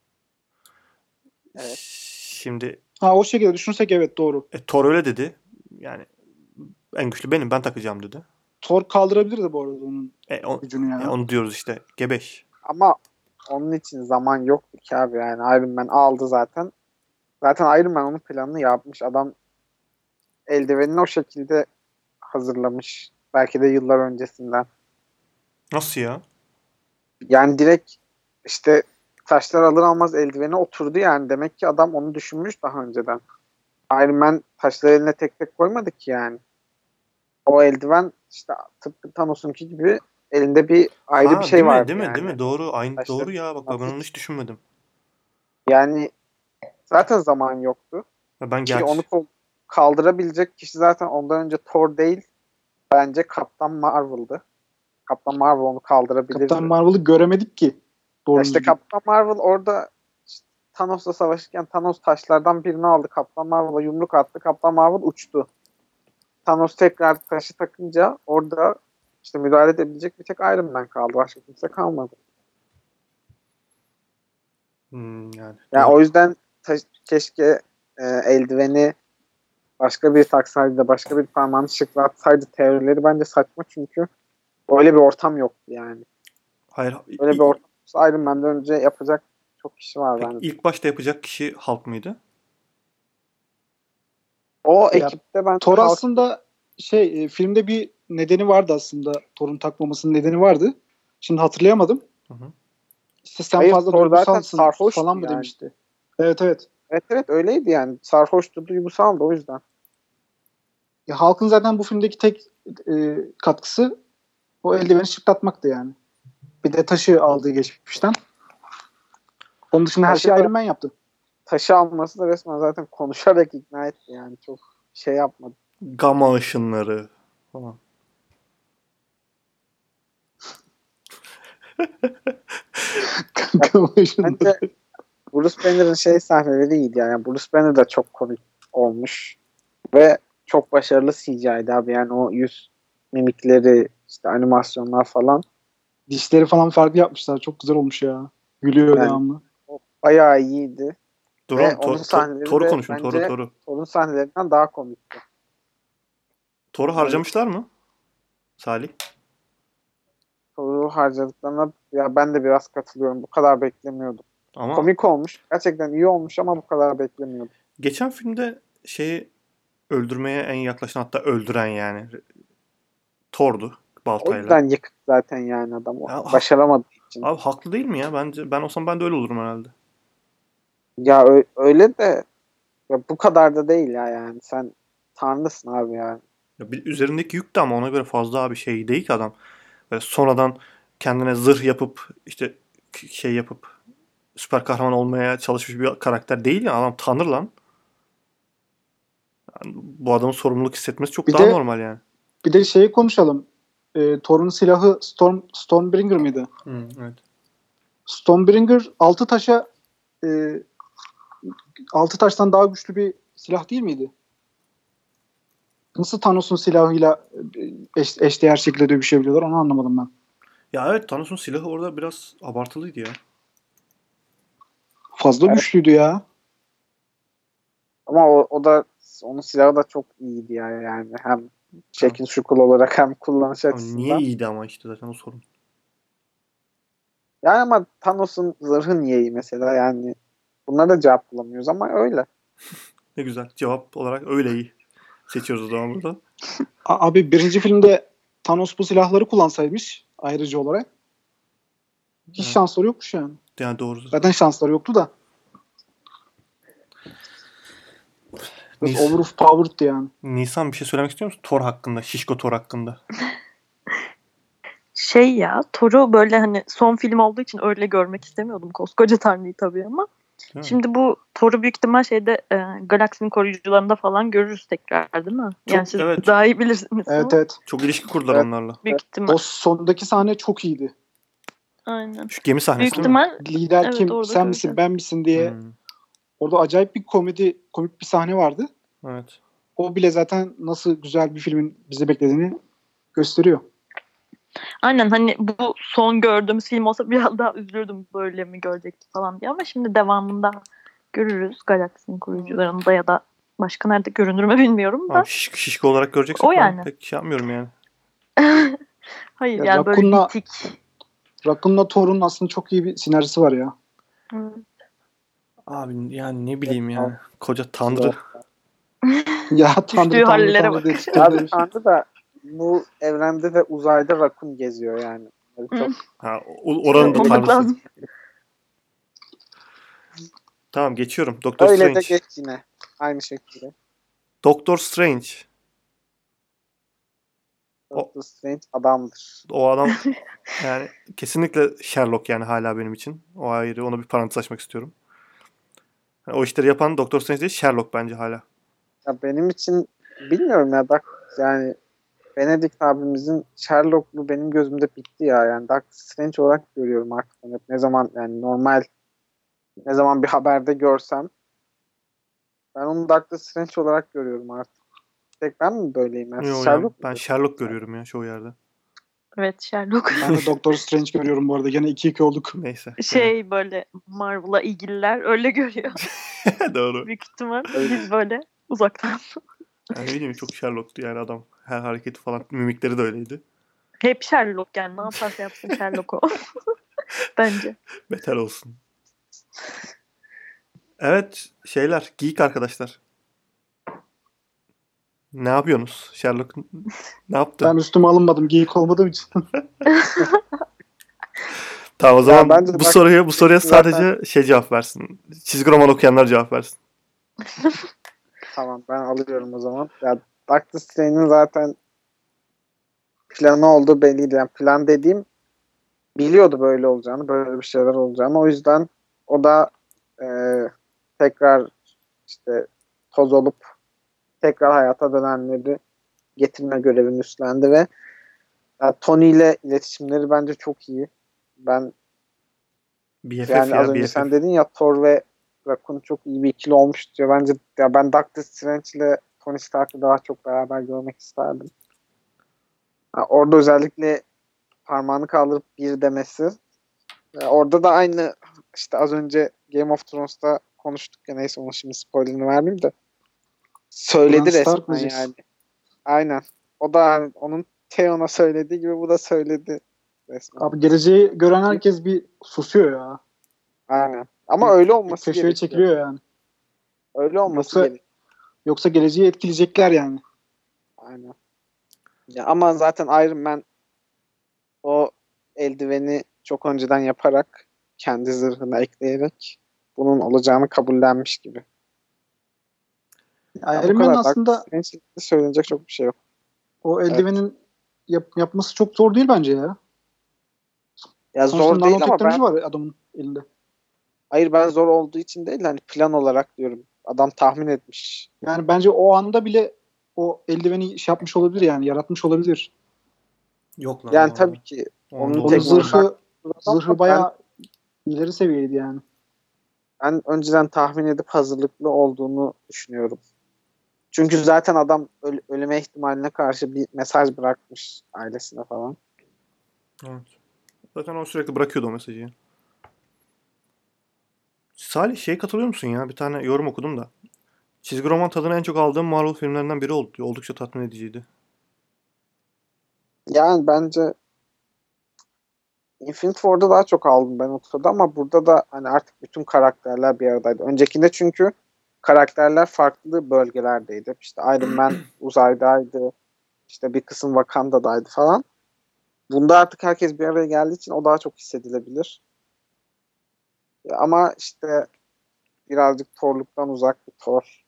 Evet. Şimdi Ha o şekilde düşünürsek evet doğru. e, Thor öyle dedi. Yani en güçlü benim, ben takacağım dedi. Thor kaldırabilirdi bu arada onun E, o, gücünü ya. e, onu diyoruz işte. Gebeş. Ama onun için zaman yoktu ki abi, yani Iron Man aldı zaten. Zaten Iron Man onun planını yapmış. Adam eldivenini o şekilde hazırlamış. Belki de yıllar öncesinden. Nasıl ya? Yani direkt işte taşlar alır almaz eldiveni oturdu yani. Demek ki adam onu düşünmüş daha önceden. Iron Man taşları eline tek tek koymadı ki yani. O eldiven işte tıpkı Thanos'unki gibi elinde bir ayrı bir Ha, şey değil mi? vardı Değil mi? yani. Değil mi? Doğru. Aynı Taşları doğru ya. Bak, bak ben onu nasıl- hiç düşünmedim. Yani zaten zaman yoktu. Ya ben Ki onu gerçi ko- kaldırabilecek kişi zaten ondan önce Thor değil. Bence Kaptan Marvel'dı. Kaptan Marvel onu kaldırabilirdi. Kaptan Marvel'ı göremedik ki. Ya Doğru işte düzgün. Kaptan Marvel orada işte Thanos'la savaşırken Thanos taşlardan birini aldı. Kaptan Marvel'a yumruk attı. Kaptan Marvel uçtu. Thanos tekrar taşı takınca orada işte müdahale edebilecek bir tek Iron Man kaldı. Başka kimse kalmadı. hmm, yani Yani doğru. o yüzden taş- keşke e, eldiveni başka bir taksaydı da başka bir parmağını şıklatsaydı teorileri bence saçma çünkü öyle bir ortam yoktu yani. Hayır. Öyle bir ortam Iron Man'den önce yapacak çok kişi var Peki bence. ilk başta yapacak kişi Hulk mıydı? O Ya, ekipte ben Thor Hulk- aslında şey e, filmde bir nedeni vardı aslında. Thor'un takmamasının nedeni vardı. Şimdi hatırlayamadım. Hı hı. İşte sen Hayır, fazla Thor zaten duygusalsın sarhoştu falan mı yani. demişti. Evet evet. Evet evet öyleydi yani. Sarhoştu, duygusaldı o yüzden. Ya, Hulk'ın zaten bu filmdeki tek e, katkısı o eldiveni şıklatmaktı yani. Bir de taşı aldığı geçmişten. Onun dışında her Taşı şeyi da- Iron Man yaptı. Taşı alması da resmen zaten konuşarak ikna etti yani. Çok şey yapmadı. Gama ışınları falan. Bence Bruce Banner'ın şey sahneleri iyiydi yani. Bruce Banner da çok komik olmuş. Ve çok başarılı C G I'di abi. Yani o yüz mimikleri, işte animasyonlar falan. Dişleri falan farklı yapmışlar. Çok güzel olmuş ya. Gülüyor Yani devamlı. o bayağı iyiydi. Dur Ve oğlum, onun Thor- Thor- sahneleri Thor'u de konuşun. Thor'u bence Thor'u. Thor'un sahnelerinden daha komikti. Thor'u harcamışlar mı? Salih. Thor'u harcadıklarına ya ben de biraz katılıyorum. Bu kadar beklemiyordum. Ama Komik olmuş. Gerçekten iyi olmuş ama bu kadar beklemiyordum. geçen filmde şeyi öldürmeye en yaklaşan, hatta öldüren yani Thor'du O baltayla. yüzden yıkık zaten yani adam. O Ya, ha- başaramadığı için. Abi haklı değil mi ya? Bence ben olsam ben de öyle olurum herhalde. Ya ö- öyle de ya bu kadar da değil ya yani. Sen tanrısın abi yani. Ya bir üzerindeki yük de ama ona göre fazla bir şey değil ki adam. Böyle sonradan kendine zırh yapıp işte k- şey yapıp süper kahraman olmaya çalışmış bir karakter değil ya. Adam tanır lan. Yani bu adamın sorumluluk hissetmesi çok Bir daha de- normal yani. Bir de şeyi konuşalım. E, Thor'un silahı Storm Stormbringer mıydı? Hı, evet. Stormbringer altı taşa e, altı taştan daha güçlü bir silah değil miydi? Nasıl Thanos'un silahıyla e, eş, eşdeğer şekilde dövüşebiliyorlar onu anlamadım ben. Ya evet, Thanos'un silahı orada biraz abartılıydı ya. Fazla Evet. güçlüydü ya. Ama o, o da onun silahı da çok iyiydi yani. yani. Hem şekil şukul olarak hem kullanış Ama niye açısından. iyiydi ama işte zaten o sorun. Yani ama Thanos'un zırhı niye iyi mesela yani. Bunlara da cevap bulamıyoruz ama öyle. Ne güzel. Cevap olarak öyle iyi seçiyoruz o zaman burada. A- Abi birinci filmde Thanos bu silahları kullansaymış ayrıcı olarak hiç Evet. şansları yokmuş yani. Yani doğru. Zaten şansları yoktu da. Biraz Nis- overpowered'dı yani. Nisan, bir şey söylemek istiyor musun? Thor hakkında. Şişko Thor hakkında. Şey ya, Thor'u böyle hani son film olduğu için öyle görmek istemiyordum. Koskoca Tanrı'yı tabii ama. Değil mi? Şimdi bu Thor'u büyük ihtimal şeyde e, galaksinin koruyucularında falan görürüz tekrar değil mi? Çok- Yani siz evet. daha iyi bilirsiniz Evet ama evet. Çok ilişki kurdular Evet. onlarla. büyük ihtimal. O sondaki sahne çok iyiydi. Aynen. Şu gemi sahnesi Büyük değil mi? ihtimal Lider Evet, kim? orada Sen misin? göreceğiz. Ben misin diye. Hmm, Orada acayip bir komedi, komik bir sahne vardı. evet. O bile zaten nasıl güzel bir filmin bizi beklediğini gösteriyor. aynen hani bu son gördüğümüz film olsa biraz daha üzülürdüm böyle mi görecektik falan diye ama şimdi devamında görürüz galaksinin koruyucularında ya da başka nerede görünür mü bilmiyorum da. Abi şiş, şişko olarak göreceksek O ben yani. pek şey yapmıyorum yani. Hayır Ya yani böyle Raccoon'la- bitik. Raccoon'la Thor'un aslında çok iyi bir sinerjisi var ya. Evet. Abi yani ne bileyim yani. Koca tanrı. Zor. Ya tanrı tanrı hallere tanrı bak. diye Abi tutturdu. Tanrı da bu evrende de uzayda rakun geziyor yani. Yani çok Ha, o- oranın da Olmak tanrısı. lazım. Tamam, geçiyorum. Doctor öyle de Strange. geç yine. Aynı şekilde. Doctor Strange. Doctor Strange adamdır. O adam yani kesinlikle Sherlock yani hala benim için. O ayrı. Ona bir parantez açmak istiyorum. Yani o işleri yapan Doctor Strange değil, Sherlock bence hala. Ya benim için bilmiyorum ya bak yani Benedict abimizin Sherlock'lu benim gözümde bitti ya. Yani Doctor Strange olarak görüyorum artık. Yani ne zaman yani normal ne zaman bir haberde görsem ben onu Doctor Strange olarak görüyorum artık. Tek ben mi böyleyim? Yani Yo, ya, Sherlock ben mu? Sherlock görüyorum ya çoğu yerde. Evet Sherlock. Ben de Doctor Strange görüyorum bu arada. Gene iki iki olduk. Neyse. Şey böyle Marvel'a ilgililer öyle görüyor. Yani. Doğru. Büyük ihtimal. Evet. Biz böyle uzaktan. Yani ne bileyim, çok Sherlock'tu yani adam. Her hareketi falan, mimikleri de öyleydi. Hep Sherlock yani ne yaparsa yapsın Sherlock o. Bence. Beter olsun. Evet şeyler geek arkadaşlar. Ne yapıyorsunuz? Sherlock ne yaptı? Ben üstüme alınmadım geyik olmadığım için. Tamam o Ya zaman bence bu bak- soruya bu soruya zaten- sadece şey cevap versin. Çizgi roman okuyanlar cevap versin. Tamam ben alıyorum o zaman. Ya Doctor Strange'in zaten planı olduğu belliydi. Yani plan dediğim biliyordu böyle olacağını, böyle bir şeyler olacağını. O yüzden o da e, tekrar işte toz olup tekrar hayata dönenleri getirme görevini üstlendi ve ya Tony ile iletişimleri bence çok iyi. Ben B F F yani az ya önce B F F. sen dedin ya Thor ve Raccoon çok iyi bir ikili olmuş diyor. Bence ya ben Doctor Strange ile Tony Stark'ı daha çok beraber görmek isterdim. Ha, orada özellikle parmağını kaldırıp bir demesi. Ya orada da aynı işte az önce Game of Thrones'ta konuştuk ya neyse onu şimdi spoilerını vermeyeyim de. Söyledi Bran Stark resmen diyeceksin. yani. Aynen. O da hani onun Theon'a söylediği gibi bu da söyledi resmen. Abi geleceği gören herkes bir susuyor ya. Aynen. Ama öyle Bir olması köşeye gerekiyor. çekiliyor yani. Öyle olması Yoksa- gerekiyor. Yoksa geleceği etkileyecekler yani. Aynen. Ya ama zaten Iron Man o eldiveni çok önceden yaparak kendi zırhına ekleyerek bunun olacağını kabullenmiş gibi. Ya bu Iron Man kadar. aslında Doctor Strange'de söylenecek çok bir şey yok. o eldivenin yap- yapması çok zor değil bence ya. Ya Sonuçta zor değil ama nanoteknoloji ben var adamın elinde. hayır ben zor olduğu için değil hani plan olarak diyorum. Adam tahmin etmiş. Yani bence o anda bile o eldiveni şey yapmış olabilir yani yaratmış olabilir. Yok lan. Yani o tabii arada. ki O onun anda Onun teknolojisi- olmaz. zırhı Ama zırhı bayağı ileri seviyeydi yani. ben önceden tahmin edip hazırlıklı olduğunu düşünüyorum. Çünkü zaten adam öl- ölüme ihtimaline karşı bir mesaj bırakmış ailesine falan. Evet. Zaten o sürekli bırakıyordu o mesajı. Salih şeye katılıyor musun ya? Bir tane yorum okudum da. Çizgi roman tadını en çok aldığım Marvel filmlerinden biri oldu diyor. Oldukça tatmin ediciydi. Yani bence Infinity War'da daha çok aldım ben o tadı ama burada da hani artık bütün karakterler bir aradaydı. Öncekinde çünkü karakterler farklı bölgelerdeydi. İşte Iron Man uzaydaydı. İşte bir kısım Wakanda'daydı falan. Bunda artık herkes bir araya geldiği için o daha çok hissedilebilir. Ya ama işte birazcık Thor'luktan uzak bir Thor.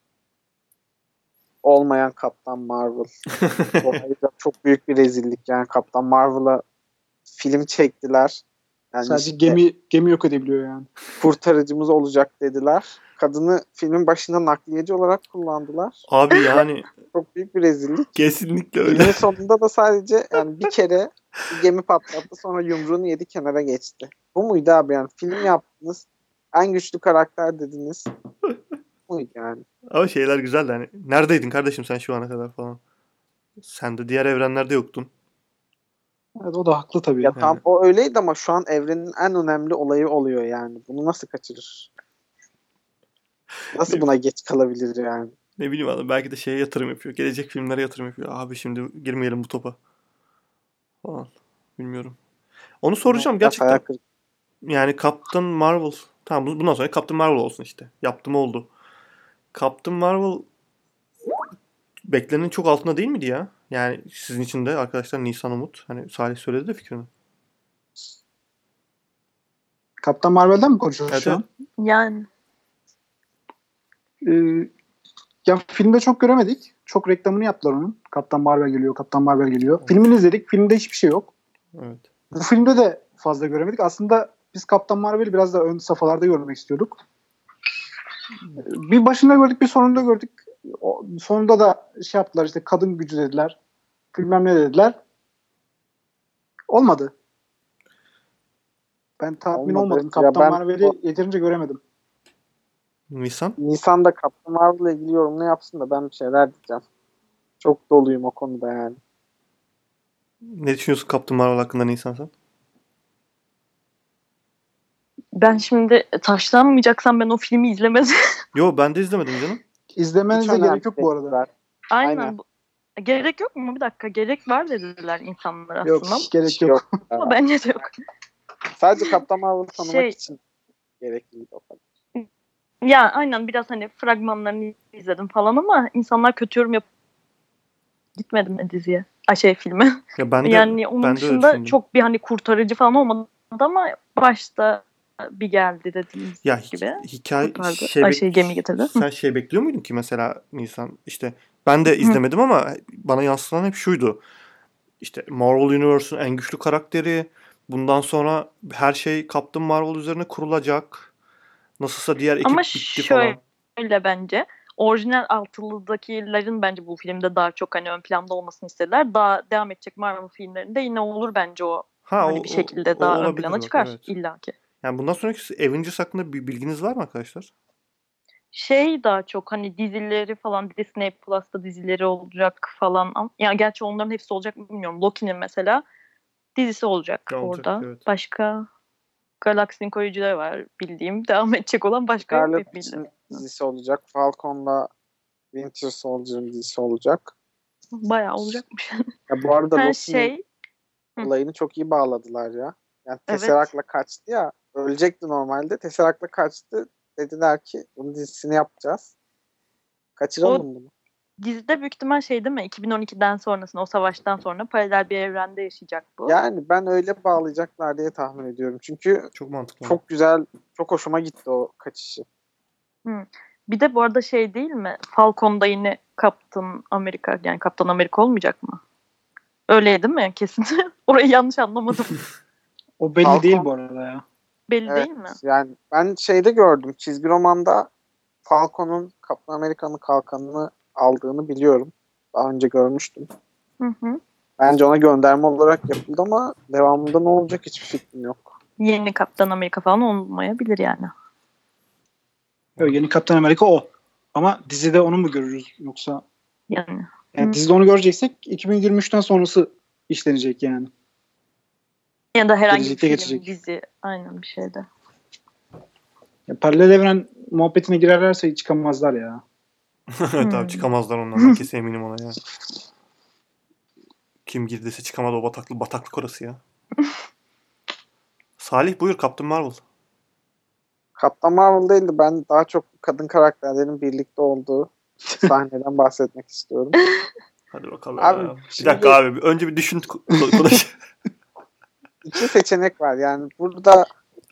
Olmayan Kaptan Marvel. O ayrıca çok büyük bir rezillik yani Kaptan Marvel'a film çektiler. Yani Sadece işte gemi gemi yok edebiliyor yani. kurtarıcımız olacak dediler. Kadını filmin başında nakliyeci olarak kullandılar. Abi yani Çok büyük bir rezillik. kesinlikle öyle. Filmin sonunda da sadece yani bir kere bir gemi patlattı sonra yumruğunu yedi kenara geçti. Bu muydu abi yani film yaptınız en güçlü karakter dediniz. Bu muydu yani? Ama şeyler güzeldi hani. Neredeydin kardeşim sen şu ana kadar falan. Sen de diğer evrenlerde yoktun. Evet, o da haklı tabii. Ya Yani- tam o öyleydi ama şu an evrenin en önemli olayı oluyor yani. Bunu nasıl kaçırır? Nasıl buna geç kalabilir yani? Ne bileyim adam belki de şeye yatırım yapıyor. Gelecek filmlere yatırım yapıyor. Abi şimdi girmeyelim bu topa. Falan. Bilmiyorum. Onu soracağım Biraz hayal gerçekten. kırıklığı. Yani Captain Marvel. Tamam bu- bundan sonra Captain Marvel olsun işte. Yaptım oldu. Captain Marvel beklenenin çok altında değil miydi ya? Yani sizin için de arkadaşlar Nisan Umut. Hani Salih söyledi de fikrini. Kaptan Marvel'den mi konuşuyoruz Evet, şu evet. an? Yani Ee, ya filmde çok göremedik. Çok reklamını yaptılar onun. Kaptan Marvel geliyor, Kaptan Marvel geliyor. Filmini izledik. Filmde hiçbir şey yok. Evet. Bu filmde de fazla göremedik. Aslında biz Kaptan Marvel'i biraz da ön safhalarda görmek istiyorduk. Bir başında gördük, bir sonunda gördük. O, sonunda da şey yaptılar işte kadın gücü dediler. Bilmem ne dediler. Olmadı. Ben tatmin Olmadı. olmadım. Ya Kaptan ben- Marvel'i yeterince göremedim. Nisan? Nisan'da Captain Marvel'la ilgili yorum ne yapsın da ben bir şeyler diyeceğim. Çok doluyum o konuda yani. Ne düşünüyorsun Captain Marvel hakkında Nisan sen? ben şimdi taşlanmayacaksam ben o filmi izlemedim. Yo ben de izlemedim canım. İzlemenize Hiç gerek yok bu önemli arada. değil. Aynen. Aynen. Bu- Gerek yok mu? Bir dakika. Gerek var dediler insanlar Yok, aslında. hiç gerek yok. Yok. Ama bence de yok. Sadece Kaptan Marvel'ı tanımak Şey- için gerekliydi o kadar. Ya aynen biraz hani fragmanlarını izledim falan ama insanlar kötü yorum yap gitmedim mi diziye? Ay şey filme. Ya ben de Yani onun ben de öyle dışında düşündüm. çok bir hani kurtarıcı falan olmadı ama başta bir geldi dediğiniz Ya gibi. hi- hikaye kurtardı. şey, Ay bek- şey gemi getirdi. Hı. sen şey bekliyor muydun ki mesela Nisan? İşte ben de izlemedim ama bana yansıtan hep şuydu. İşte Marvel Universe'un en güçlü karakteri. Bundan sonra her şey Captain Marvel üzerine kurulacak. Nasılsa diğer ekip Ama bitti şöyle falan. Öyle bence. Orijinal altılıdakilerin bence bu filmde daha çok hani ön planda olmasını istediler. Daha devam edecek Marvel filmlerinde yine olur bence o. Ha hani o, bir o- şekilde o daha ön olabilir plana bak, çıkar evet. illaki. Yani bundan sonraki Avengers hakkında bir bilginiz var mı arkadaşlar? Şey daha çok hani dizileri falan Disney Plus'ta dizileri olacak falan. Ama- Ya gerçi onların hepsi olacak mı bilmiyorum. Loki'nin mesela dizisi olacak, Olacak, orada. evet. Başka Galaxy'nin koruyucuları var bildiğim. Devam edecek olan başka yok Scarlet hep bildiğim. Witch'in dizisi olacak. Falcon'la Winter Soldier'ın dizisi olacak. Bayağı olacakmış. Ya bu arada Her Loki'nin şey Hı. olayını çok iyi bağladılar ya. Yani Evet. Tesseract'la kaçtı ya. Ölecekti normalde. Tesseract'la kaçtı. Dediler ki bunun dizisini yapacağız. Kaçıralım bunu. dizide büyük ihtimal şey değil mi? iki bin on ikiden sonrasında o savaştan sonra paralel bir evrende yaşayacak bu. Yani ben öyle bağlayacaklar diye tahmin ediyorum. Çünkü Çok mantıklı. çok güzel, çok hoşuma gitti o kaçışı. Bir de bu arada şey değil mi? Falcon'da yine Kaptan Amerika yani Kaptan Amerika olmayacak mı? Öyle değil mi? Kesin. Orayı yanlış anlamadım. O belli Falcon- değil bu arada ya. Belli Evet, değil mi? yani ben şeyde gördüm. Çizgi romanda Falcon'un Kaptan Amerika'nın kalkanını aldığını biliyorum. Daha önce görmüştüm. Hı hı. Bence ona gönderme olarak yapıldı ama devamında ne olacak hiçbir fikrim yok. Yeni Kaptan Amerika falan olmayabilir yani. Yok, yeni Kaptan Amerika o. Ama dizide onu mu görürüz yoksa? Yani. Yani Hı. dizide onu göreceksek iki bin yirmi üçten sonrası işlenecek yani. Ya da herhangi bir Gelecekte film, geçecek. dizi. Aynen bir şeyde. Ya, paralel evren muhabbetine girerlerse çıkamazlar ya. Evet abi, Hmm. çıkamazlar ondan. Ben kesin eminim ona ya. Kim girdiyse çıkamadı o bataklık. Bataklık orası ya. Salih buyur, Captain Marvel. Kaptan Marvel değildi. Ben daha çok kadın karakterlerin birlikte olduğu sahneden bahsetmek istiyorum. Hadi bakalım. Abi, bir şimdi- dakika abi. Önce bir düşün ko- konuş. İki seçenek var. Yani burada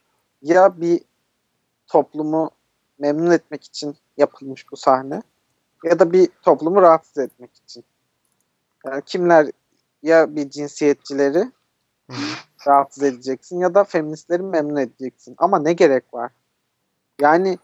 ya bir toplumu memnun etmek için yapılmış bu sahne ya da bir toplumu rahatsız etmek için. Yani kimler, ya bir cinsiyetçileri rahatsız edeceksin ya da feministleri memnun edeceksin. Ama ne gerek var? Yani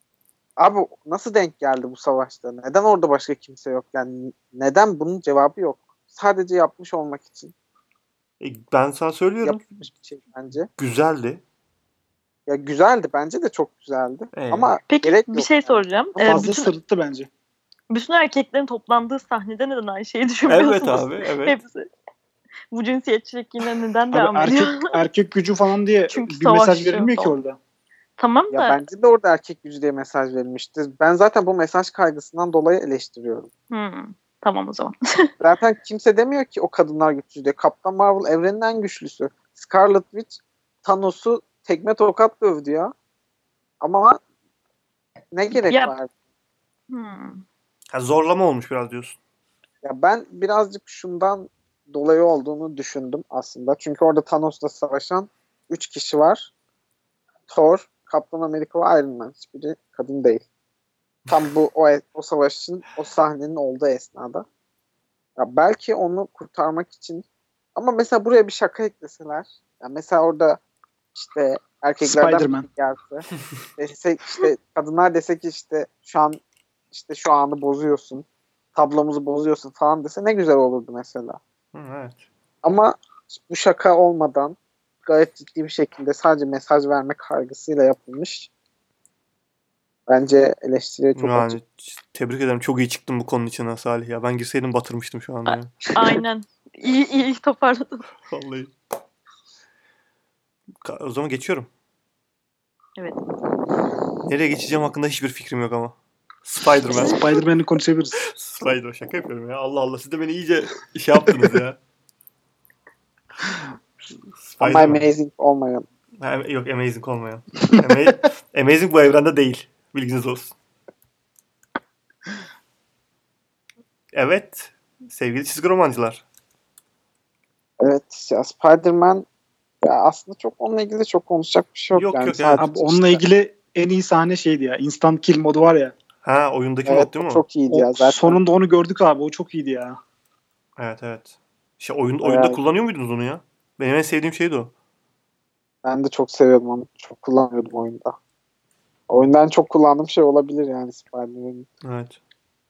abi nasıl denk geldi bu savaşta? Neden orada başka kimse yok? Yani neden, bunun cevabı yok. Sadece yapmış olmak için E, ben sana söylüyorum. yapılmış bir şey bence. Güzeldi. Ya güzeldi, bence de çok güzeldi. Evet. Ama Peki gerek bir yok şey yani. soracağım. Ee, Fazla bütün, sırıttı bence. bütün erkeklerin toplandığı sahnede neden aynı şeyi düşünmüyorsunuz? Evet abi, evet. Hepsi. Bu cinsiyetçilik yine neden Abi devam erkek ediyor? erkek gücü falan diye Çünkü bir mesaj savaş verilmiyor ki yok. orada. Tamam Ya da bence de orada erkek gücü diye mesaj verilmişti. Ben zaten bu mesaj kaygısından dolayı eleştiriyorum. hmm, tamam o zaman. Zaten kimse demiyor ki o kadınlar güçlü diye. Kaptan Marvel evrenin en güçlüsü. Scarlet Witch Thanos'u tekme tokat dövdü ya. Ama ne gerek Ya- var? Hmm. Ha, zorlama olmuş biraz diyorsun. Ya ben birazcık şundan dolayı olduğunu düşündüm aslında. Çünkü orada Thanos'la savaşan üç kişi var. Thor, Kaptan Amerika ve Iron Man. Hiçbiri kadın değil. Tam bu o, o savaşın, o sahnenin olduğu esnada. Ya belki onu kurtarmak için, ama mesela buraya bir şaka ekleseler. Ya mesela orada işte erkeklerden Spider-Man. biri gelse, desek işte kadınlar desek ki işte şu an işte şu anı bozuyorsun. Tablomuzu bozuyorsun falan dese ne güzel olurdu mesela. Hı, evet. Ama bu şaka olmadan gayet ciddi bir şekilde sadece mesaj vermek kaygısıyla yapılmış. Bence eleştiriye çok Yani açık. tebrik ederim. Çok iyi çıktın bu konunun içinden Salih ya. Ben girseydim batırmıştım şu anda ya. Aynen. İyi iyi toparladın. Vallahi. Ka- O zaman geçiyorum. Evet. Nereye geçeceğim hakkında hiçbir fikrim yok ama. Spider-Man. Spider-Man'i konuşabiliriz. Spider-Man, şaka yapıyorum ya. Allah Allah, siz de beni iyice şey yaptınız ya. Ama Spider-Man. amazing olmayan Ha, yok Amazing olmayan. Ama- Amazing bu evrende değil. Bilginiz olsun. Evet. Sevgili çizgi romancılar. Evet ya Spider-Man ya aslında çok onunla ilgili çok konuşacak bir şey yok, Yok, yani yok, evet. sadece Abi onunla işte- ilgili en iyi sahne şeydi ya. Instant kill modu var ya. Ha oyundaki evet mod değil o mi o? çok iyiydi O ya zaten. sonunda onu gördük abi. O çok iyiydi ya. Evet, evet. İşte oyun, Bayağı oyunda iyi. kullanıyor muydunuz onu ya? Benim en sevdiğim şeydi o. Ben de çok seviyordum onu. Çok kullanıyordum oyunda. Oyundan çok kullandığım şey olabilir yani Spider-Man'in. Evet.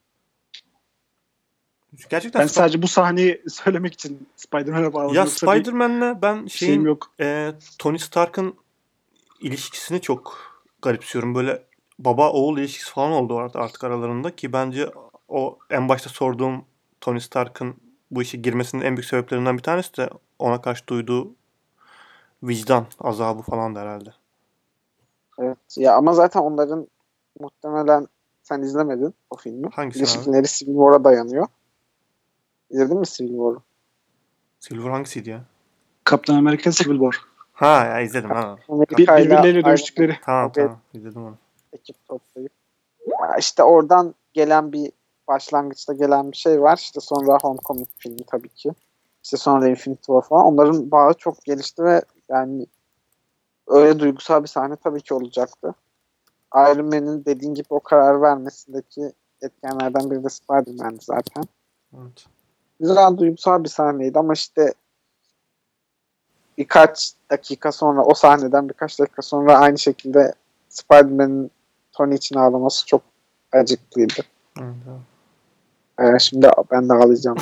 Gerçekten Ben Sp- sadece bu sahneyi söylemek için Spider-Man'e bağladım. ya Yoksa bir Spider-Man'le ben şeyim şeyin yok. e, Tony Stark'ın ilişkisini çok garipsiyorum. Böyle baba oğul ilişkisi falan oldu orada artık aralarında ki bence o en başta sorduğum Tony Stark'ın bu işe girmesinin en büyük sebeplerinden bir tanesi de ona karşı duyduğu vicdan azabı falan da herhalde. Evet. Ya ama zaten onların muhtemelen sen izlemedin o filmi. Hangisi abi? İlişkileri Civil War'a dayanıyor. İzledin mi Civil War'u? Silver hangisiydi ya? Kaptan Amerika Civil War. Ha ya izledim ha. Bir, Amerika ile birbirleriyle Iron dövüştükleri. Man Tamam, kavga tamam, izledim onu. ekip toplayıp. Ya işte oradan gelen bir başlangıçta gelen bir şey var. İşte sonra Homecoming filmi tabii ki. İşte sonra Infinity War falan. Onların bağı çok gelişti ve yani öyle duygusal bir sahne tabii ki olacaktı. Iron Man'in dediğin gibi o karar vermesindeki etkenlerden biri de Spider-Man'di zaten. Evet. Güzel duygusal bir sahneydi ama işte birkaç dakika sonra o sahneden birkaç dakika sonra aynı şekilde Spider-Man'in Tony için ağlaması çok acıklıydı. Evet, evet. Ee, şimdi ben de ağlayacağım.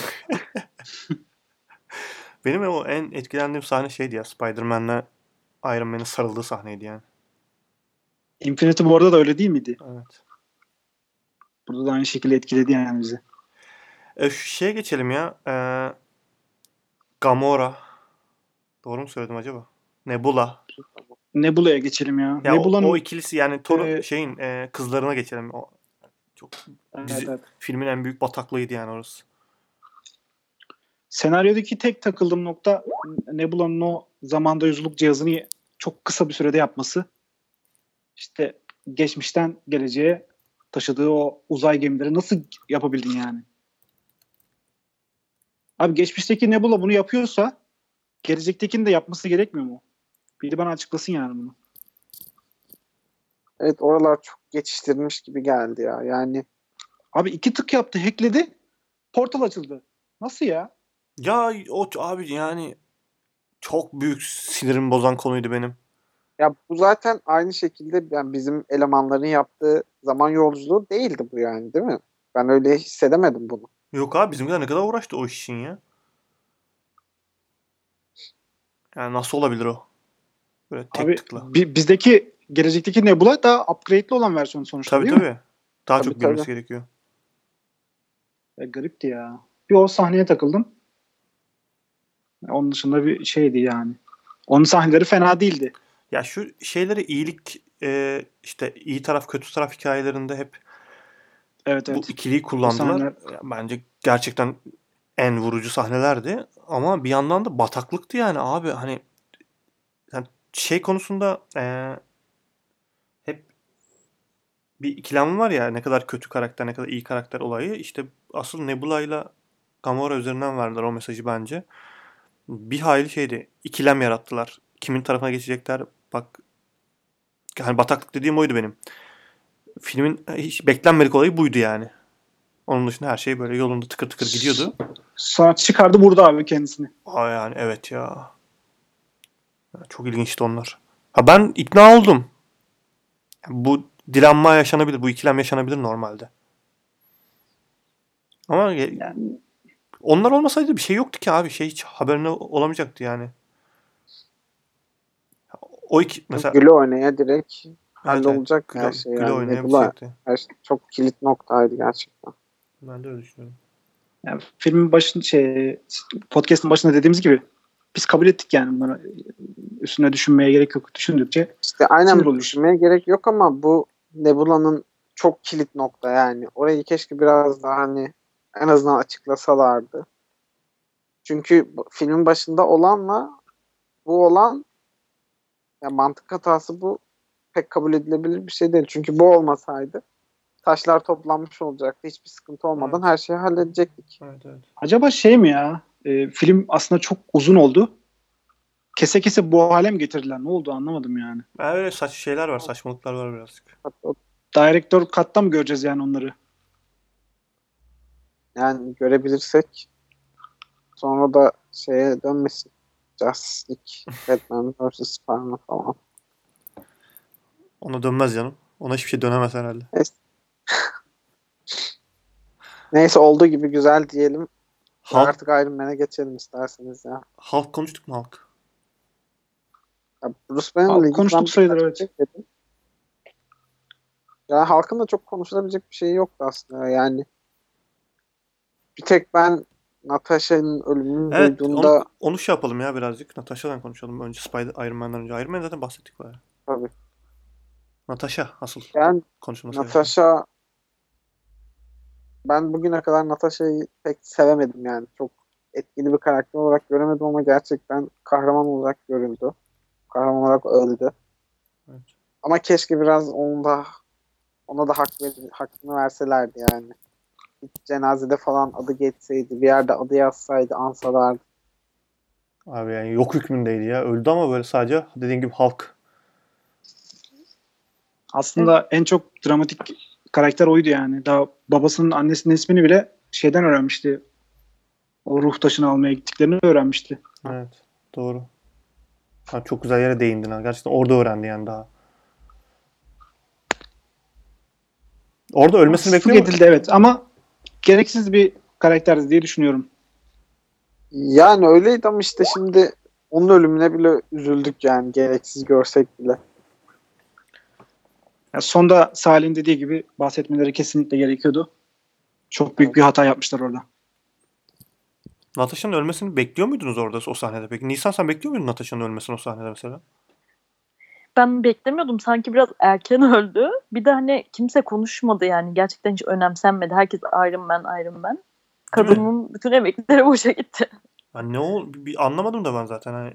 Benim o en etkilendiğim sahne şeydi ya. Spider-Man'le Iron Man'in sarıldığı sahneydi yani. Infinity War'da da öyle değil miydi? Evet. Burada da aynı şekilde etkiledi yani bizi. E, şu şeye geçelim ya. E, Gamora. Doğru mu söyledim acaba? Nebula. Nebula'ya geçelim ya. Ya o, o Nebula'nın ikilisi yani Thor'un e, şeyin e, kızlarına geçelim. O çok evet, dizi, evet. filmin en büyük bataklığıydı yani orası. Senaryodaki tek takıldığım nokta Nebula'nın o zamanda yolculuk cihazını çok kısa bir sürede yapması. İşte geçmişten geleceğe taşıdığı o uzay gemileri nasıl yapabildin yani? Abi geçmişteki Nebula bunu yapıyorsa gelecektekini de yapması gerekmiyor mu? Biri bana açıklasın yani bunu. Evet oralar çok geçiştirilmiş gibi geldi ya. Yani Abi iki tık yaptı, hackledi, portal açıldı. Nasıl ya? Ya o abi yani çok büyük sinirimi bozan konuydu benim. ya bu zaten aynı şekilde yani bizim elemanların yaptığı zaman yolculuğu değildi bu yani değil mi? Ben öyle hissedemedim bunu. Yok abi bizimkiler ne kadar uğraştı o iş için ya. Yani nasıl olabilir o? Böyle tek Abi tıkla. bi- bizdeki gelecekteki Nebula daha upgrade'li olan versiyonu sonuçta Tabii değil mi? tabii. Daha Tabii, çok büyümesi tabii. gerekiyor. Ya, garipti ya. Bir o sahneye takıldım. Onun dışında bir şeydi yani. Onun sahneleri fena değildi. Ya şu şeyleri iyilik e, işte iyi taraf kötü taraf hikayelerinde hep Evet bu evet. ikiliyi O kullandılar. sahneler Ya bence gerçekten en vurucu sahnelerdi. Ama bir yandan da bataklıktı yani abi. Hani yani şey konusunda e, hep bir ikilem var ya ne kadar kötü karakter ne kadar iyi karakter olayı. İşte asıl Nebula ile Gamora üzerinden verdiler o mesajı bence. Bir hayli şeydi. İkilem yarattılar. Kimin tarafına geçecekler? Bak hani bataklık dediğim oydu benim. Filmin hiç beklenmedik olayı buydu yani. Onun dışında her şey böyle yolunda tıkır tıkır gidiyordu. sonra çıkardı burada abi kendisini. Aa yani evet ya. Çok ilginçti onlar. Ha ben ikna oldum. Bu dilenma yaşanabilir. Bu ikilem yaşanabilir normalde. Ama Yani onlar olmasaydı bir şey yoktu ki abi. Şey hiç haberine olamayacaktı yani. O iki mesela Güle oynaya direkt evet evet. hallolacak Güle, her şey güle yani. oynaya Nebula bitecekti. her şey çok kilit noktaydı gerçekten. Ben de öyle düşünüyorum. Yani filmin başın şey podcast'ın başında dediğimiz gibi biz kabul ettik yani bunları. Üstüne düşünmeye gerek yok. Düşündükçe İşte aynen sinir oluyoruz. düşünmeye gerek yok ama bu Nebula'nın çok kilit nokta yani. Orayı keşke biraz daha hani en azından açıklasalardı. Çünkü bu- filmin başında olanla bu olan yani mantık hatası bu. Pek kabul edilebilir bir şey değil. Çünkü bu olmasaydı taşlar toplanmış olacaktı. Hiçbir sıkıntı olmadan Evet. her şeyi halledecektik. Evet evet. Acaba şey mi ya? E, film aslında çok uzun oldu. Kese kese bu hale mi getirdiler? Ne oldu anlamadım yani. Ben öyle saç şeyler var, saçmalıklar var birazcık. Director Cut'ta mı göreceğiz yani onları? Yani görebilirsek sonra da şeye dönmesin. Justice League, Batman versus. Superman falan. Ona dönmez canım. Ona hiçbir şey dönemez herhalde. Neyse, Neyse olduğu gibi güzel diyelim. Hulk, Artık Iron Man'e geçelim isterseniz ya. Hulk konuştuk mu Hulk? ya Bruce Banner'la Halk ilgili konuştuk ben sayılır, birkaç evet. şey dedim. Ya halkın da çok konuşulabilecek bir şey yoktu aslında. Yani bir tek ben Natasha'nın ölümünü Evet, duyduğumda onu, onu şey yapalım ya birazcık. Natasha'dan konuşalım. Önce Spider Iron Man'den önce. Iron Man zaten bahsettik bayağı. tabii. Natasha asıl Yani konuşulması gereken. Natasha ben bugüne kadar Natasha'yı pek sevemedim yani. Çok etkili bir karakter olarak göremedim ama gerçekten kahraman olarak görüldü. Kahraman olarak öldü. Evet. Ama keşke biraz onun da ona da hak ver, hakkını verselerdi yani. Bir cenazede falan adı geçseydi, bir yerde adı yazsaydı, ansalardı. Abi yani yok hükmündeydi ya. Öldü ama böyle sadece dediğin gibi Hulk. Aslında en çok dramatik karakter oydu yani. Daha babasının annesinin ismini bile şeyden öğrenmişti. O ruh taşını almaya gittiklerini öğrenmişti. Evet. Doğru. Ha, çok güzel yere değindin ha. Gerçekten orada öğrendi yani daha. Orada ölmesini Haksızlık bekliyor mu? edildi evet ama gereksiz bir karakterdi diye düşünüyorum. Yani öyleydi ama işte şimdi onun ölümüne bile üzüldük yani gereksiz görsek bile. Yani sonda Salih'in dediği gibi bahsetmeleri kesinlikle gerekiyordu. Çok büyük Evet. bir hata yapmışlar orada. Natasha'nın ölmesini bekliyor muydunuz orada o sahnede peki? Nisan sen bekliyor muydun Natasha'nın ölmesini o sahnede mesela? Ben beklemiyordum. Sanki biraz erken öldü. Bir de hani kimse konuşmadı yani. Gerçekten hiç önemsenmedi. Herkes Iron Man, Iron Man. Değil mi? Kadının bütün emekleri boşa gitti. Yani ne ol bir anlamadım da ben zaten hani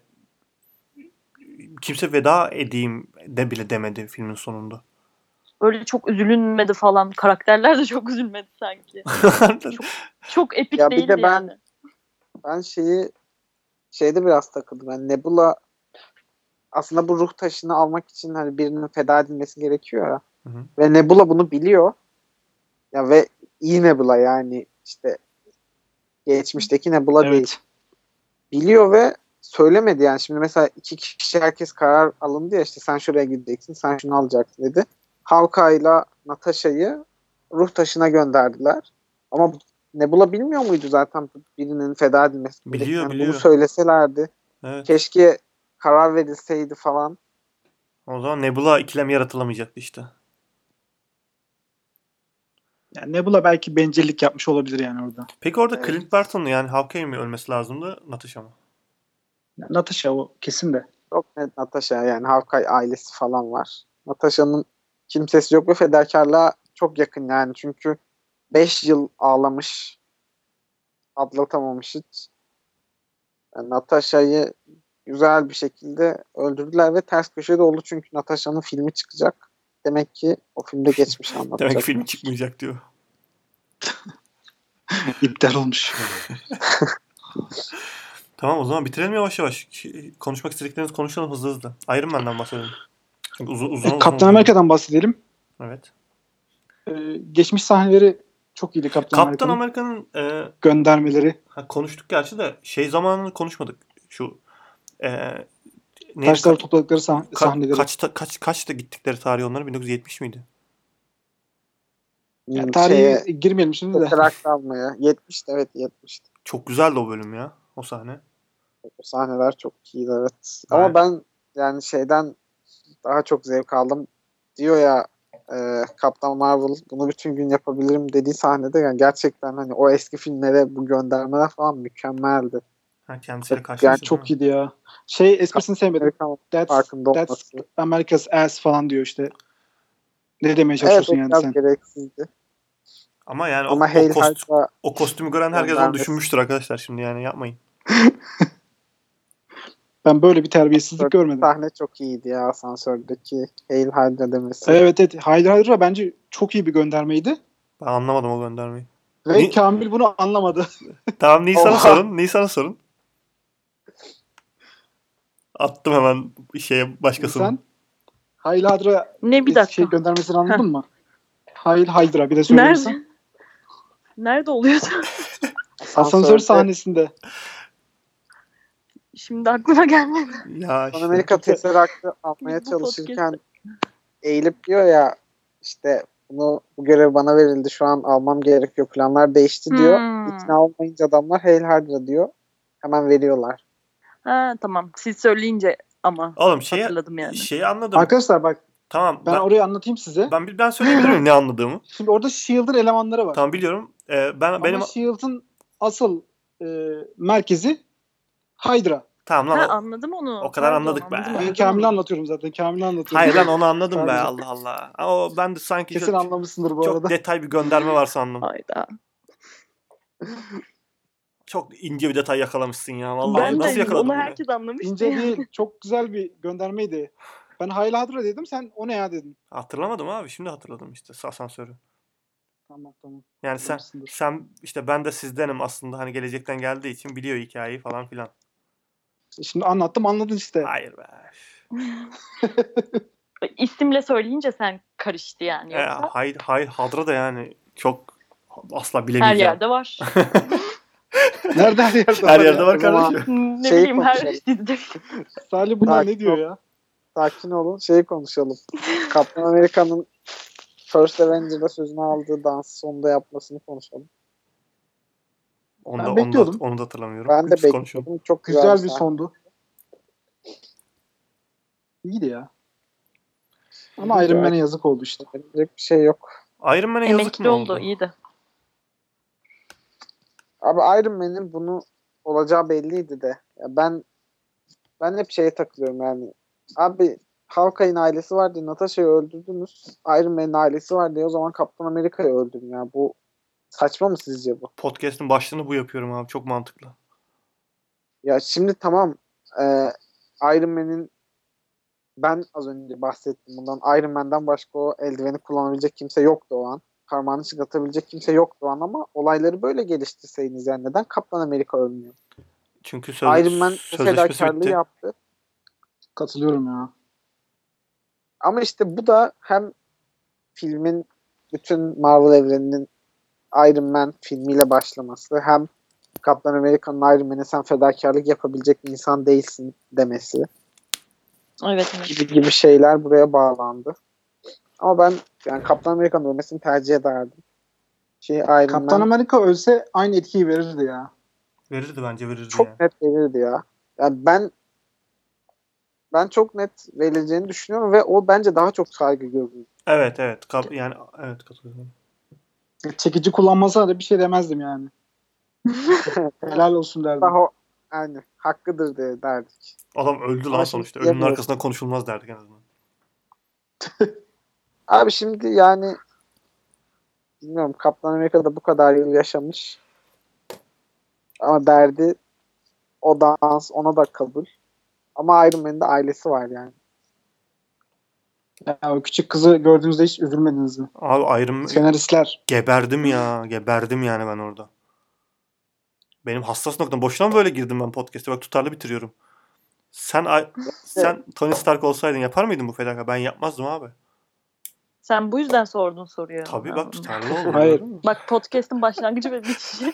kimse veda edeyim de bile demedi filmin sonunda. Öyle çok üzülünmedi falan. Karakterler de çok üzülmedi sanki. Çok çok epik Ya bir değildi de ben yani. ben şeyi şeyde biraz takıldım. Yani Nebula aslında bu ruh taşını almak için hani birinin feda edilmesi gerekiyor ya. Hı hı. Ve Nebula bunu biliyor. Ya ve iyi Nebula yani işte geçmişteki Nebula değil. Evet. Biliyor ve söylemedi yani. Şimdi mesela iki kişi herkes karar alındı ya işte sen şuraya gideceksin, sen şunu alacaksın dedi. Hawkeye'la Natasha'yı ruh taşına gönderdiler. Ama Nebula bilmiyor muydu zaten birinin feda edilmesi Biliyor, gerektiğini? Yani bunu biliyor. söyleselerdi. Evet. Keşke karar verilseydi falan. O zaman Nebula ikilem yaratılamayacaktı işte. Yani Nebula belki bencillik yapmış olabilir yani orada. Peki orada Evet. Clint Barton'un yani Hawkeye mi ölmesi lazımdı, Natasha mı? Yani Natasha o kesin de. Çok net Natasha yani Hawkeye ailesi falan var. Natasha'nın kimsesi yok ve fedakarlığa çok yakın yani. Çünkü beş yıl ağlamış, atlatamamış hiç. Yani Natasha'yı güzel bir şekilde öldürdüler ve ters köşede oldu çünkü Natasha'nın filmi çıkacak. Demek ki o filmde geçmiş Demek ki anlatacak. film çıkmayacak diyor. İptal olmuş. Tamam o zaman bitirelim yavaş yavaş. Konuşmak istediklerinizi konuşalım hızlı hızlı. Iron Man'den bahsedelim. Çünkü uzun uzun E, uzun. Kaptan uzun. Amerika'dan bahsedelim. Evet. Ee, geçmiş sahneleri çok iyiydi Kaptan, Kaptan Amerika'nın. Amerika'nın e, Göndermeleri. ha, konuştuk gerçi de şey zamanını konuşmadık. Şu e, neydi? Taşları Ka- topladıkları sah- ka- sahneleri. kaçta kaç kaçta gittikleri tarih onların bin dokuz yüz yetmiş miydi? Yani Hmm, tarihi şeye girmeyelim şimdi de. Tesseract almaya. yetmişti evet yetmişti. Çok güzeldi o bölüm ya. O sahne. O sahneler çok iyiydi evet. Aynen. Ama ben yani şeyden daha çok zevk aldım. Diyor ya e, Kaptan Marvel bunu bütün gün yapabilirim dediği sahnede yani gerçekten hani o eski filmlere bu göndermeler falan mükemmeldi. Ha, kendisiyle Yani karşılaştı Çok değil mi? iyiydi ya. Şey esprisini sevmedim. Amerikan That's, farkında that's olması. America's ass falan diyor işte. Ne demeye Evet çalışıyorsun o yani biraz sen? gereksizdi. Ama yani o, Ama o, Hail kost, Hydra o kostümü gören herkes onu göndermesi. düşünmüştür arkadaşlar şimdi yani yapmayın. Ben böyle bir terbiyesizlik görmedim. Sahne çok iyiydi ya, asansördeki Hail Hydra demesi. Evet evet. Haydar Hydra bence çok iyi bir göndermeydi. Ben anlamadım o göndermeyi. Ve Ni- Kamil bunu anlamadı. Tamam Nisan'a Oha. sorun. Nisan'a sorun. Attım hemen şeye başkasını. Sen Hail Hydra Ne bir dakika. şey göndermesini anladın mı? Hail Hydra bir de söylemişsin. Nerede? Nerede oluyordu? Asansör sahnesinde. Şimdi aklıma gelmedi. Ya işte. Amerika Tesseract'ı almaya Bu çalışırken eğilip diyor ya, işte bunu bu görev bana verildi, şu an almam gerekiyor, planlar değişti diyor. Hmm. İkna olmayınca adamlar Hail Hydra diyor. Hemen veriyorlar. Ha tamam. Siz söyleyince ama Oğlum şeyi, hatırladım yani. şeyi anladım. Arkadaşlar bak Tamam. ben, Ben, orayı anlatayım size. ben, bir- ben söyleyebilir miyim ne anladığımı? Şimdi orada Shield'ın elemanları var. Tamam biliyorum. Ee, ben Ama benim Shield'ın asıl e, merkezi Hydra. tamam lan. Ha o- anladım onu. o kadar Pardon, anladık be. anladım, Ben anladım Kamil'i onu. anlatıyorum zaten. Kamil'i anlatıyorum. Hayır lan onu anladım be Sadece. Allah Allah. Ama o ben de sanki Kesin çok, anlamışsındır bu çok arada. detay bir gönderme var sandım. Hayda. Çok ince bir detay yakalamışsın ya. Vallahi Ben nasıl de yakaladın onu bunu? herkes anlamıştı. İnce ya. değil. Çok güzel bir göndermeydi. Ben Hail Hydra dedim. Sen o ne ya dedin. Hatırlamadım abi. Şimdi hatırladım işte asansörü. Tamam tamam. Yani sen Anlamışsındır. sen işte ben de sizdenim aslında hani gelecekten geldiği için biliyor hikayeyi falan filan. Şimdi anlattım anladın işte. Hayır be. İsimle söyleyince sen karıştı yani. E, Yoksa hayır hayır Hadra da yani çok asla her bilemeyeceğim. yerde var. Nerede her yerde Her var yerde ya? var O zaman- kardeşim. ne Şey bileyim her konuşalım. dizide. Salih bunlar Sakin ne diyor ol. ya? Sakin olun. Şey konuşalım. Kaptan Amerika'nın First Avenger'da sözünü aldığı dansı sonunda yapmasını konuşalım. Onu Ben da, onu da, bekliyordum. onu da hatırlamıyorum. Ben de Biz konuşalım. bekliyordum. Çok güzel, Güzel bir bir sahne. sondu. İyiydi ya. Ama Iron Man'e yazık oldu işte. Diyecek bir şey yok. Iron Man'e yazık Emekli mı oldu. oldu? İyiydi. Abi Iron Man'in bunu olacağı belliydi de. Ya ben ben hep şeye takılıyorum yani. Abi Hawkeye'nin ailesi var diye Natasha'yı öldürdünüz. Iron Man'in ailesi var diye o zaman Kaptan Amerika'yı öldürün ya. Bu saçma mı sizce bu? Podcast'ın başlığını bu yapıyorum abi. Çok mantıklı. Ya şimdi tamam, e, Iron Man'in, ben az önce bahsettim bundan, Iron Man'den başka o eldiveni kullanabilecek kimse yoktu o an. Parmağını çıkartabilecek kimse yoktu o an ama olayları böyle geliştirseydiniz yani neden Kaptan Amerika ölmüyor? Çünkü söz, Iron Man bu sözleşmesi fedakarlığı bitti. yaptı. Katılıyorum ya. Ama işte bu da hem filmin bütün Marvel evreninin Iron Man filmiyle başlaması, hem Kaptan Amerika'nın Iron Man'e sen fedakarlık yapabilecek bir insan değilsin demesi Evet. evet. gibi gibi şeyler buraya bağlandı. Ama ben yani Kaptan Amerika'nın ölmesini tercih ederdim. Şey, Iron Kaptan Man Amerika ölse aynı etkiyi verirdi ya. Verirdi bence verirdi çok yani. net verirdi ya. Yani ben ben çok net verileceğini düşünüyorum ve o bence daha çok saygı görüyor. Evet evet. Kap- yani evet katılıyorum. Çekici kullanmasa da bir şey demezdim yani. Helal olsun derdim. Daha o- yani hakkıdır diye derdik. Adam öldü lan Ama sonuçta. şimdi Ölünün diyemiyorum. arkasından konuşulmaz derdik en azından. Abi şimdi yani bilmiyorum, Kaptan Amerika'da bu kadar yıl yaşamış. Ama derdi o dans, ona da kabul. Ama Iron Man'in de ailesi var yani. Ya, o küçük kızı gördüğünüzde hiç üzülmediniz mi? Abi Iron Man Senaristler. geberdim ya. Geberdim yani ben orada. Benim hassas noktam. Boşuna mı böyle girdim ben podcast'e? Bak tutarlı bitiriyorum. Sen I- sen Tony Stark olsaydın yapar mıydın bu fedakarlığı? Ben yapmazdım abi. Sen bu yüzden sordun soruyu. Tabii Ha. bak tutarlı oldu. Hayır. gördün mü? Bak podcast'ın başlangıcı ve bitişi.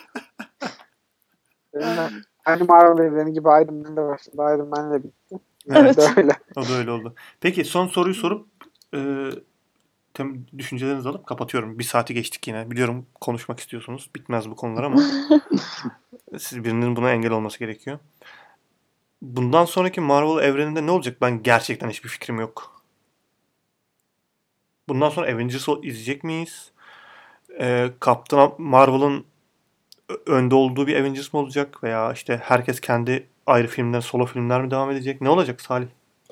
Benim hani Marvel evreni gibi Iron Man de başladı. Iron Man'le bitti. Evet. Evet. Öyle. O da öyle oldu. Peki son soruyu sorup e, tem- düşüncelerinizi alıp kapatıyorum. Bir saati geçtik yine. Biliyorum konuşmak istiyorsunuz. Bitmez bu konular ama siz birinin buna engel olması gerekiyor. Bundan sonraki Marvel evreninde ne olacak? Ben gerçekten hiçbir fikrim yok. Bundan sonra Avengers izleyecek miyiz? Ee, Captain Marvel'ın ö- önde olduğu bir Avengers mı olacak? Veya işte herkes kendi ayrı filmler, solo filmler mi devam edecek? Ne olacak Salih?